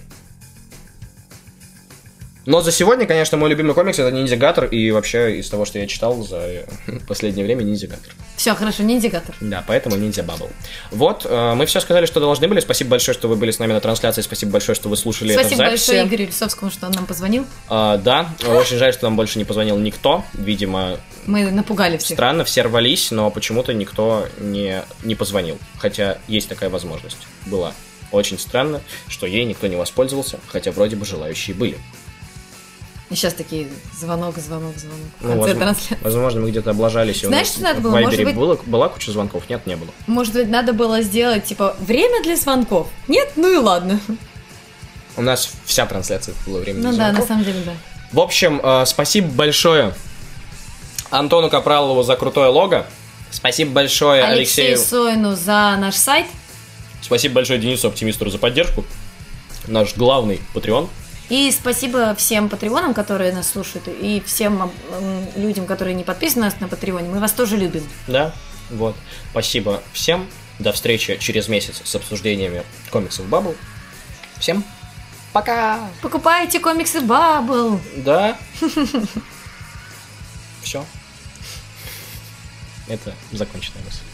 Но за сегодня, конечно, мой любимый комикс — это Ниндзягатор, и вообще из того, что я читал за последнее время, Ниндзягатор.
Все, хорошо, Ниндзягатор.
Да, поэтому Ниндзя Бабл. Вот, э, мы все сказали, что должны были. Спасибо большое, что вы были с нами на трансляции, спасибо большое, что вы слушали это в записи.
Спасибо большое Игорю Лисовскому, что он нам позвонил.
А, да, очень жаль, что нам больше не позвонил никто, видимо...
Мы напугали всех.
Странно, все рвались, но почему-то никто не, не позвонил, хотя есть такая возможность, была. Очень странно, что ей никто не воспользовался, хотя вроде бы желающие были.
И сейчас такие звонок, звонок, звонок. В
ну, конце возможно, возможно, мы где-то облажались.
Знаешь, что надо было?
В Вайбере
быть...
была, была куча звонков? Нет, не было.
Может быть, надо было сделать, типа, время для звонков? Нет? Ну и ладно.
У нас вся трансляция была время
ну,
для звонков.
Ну да, на самом деле, да.
В общем, э, спасибо большое Антону Капралову за крутое лого. Спасибо большое
Алексею
Алексею
Соину за наш сайт.
Спасибо большое Денису Оптимистеру за поддержку. Наш главный патреон.
И спасибо всем патреонам, которые нас слушают, и всем людям, которые не подписаны на нас на патреоне. Мы вас тоже любим.
Да, вот. Спасибо всем. До встречи через месяц с обсуждениями комиксов Бабл. Всем пока!
Покупайте комиксы Бабл.
Да. Все. Это законченная мысль.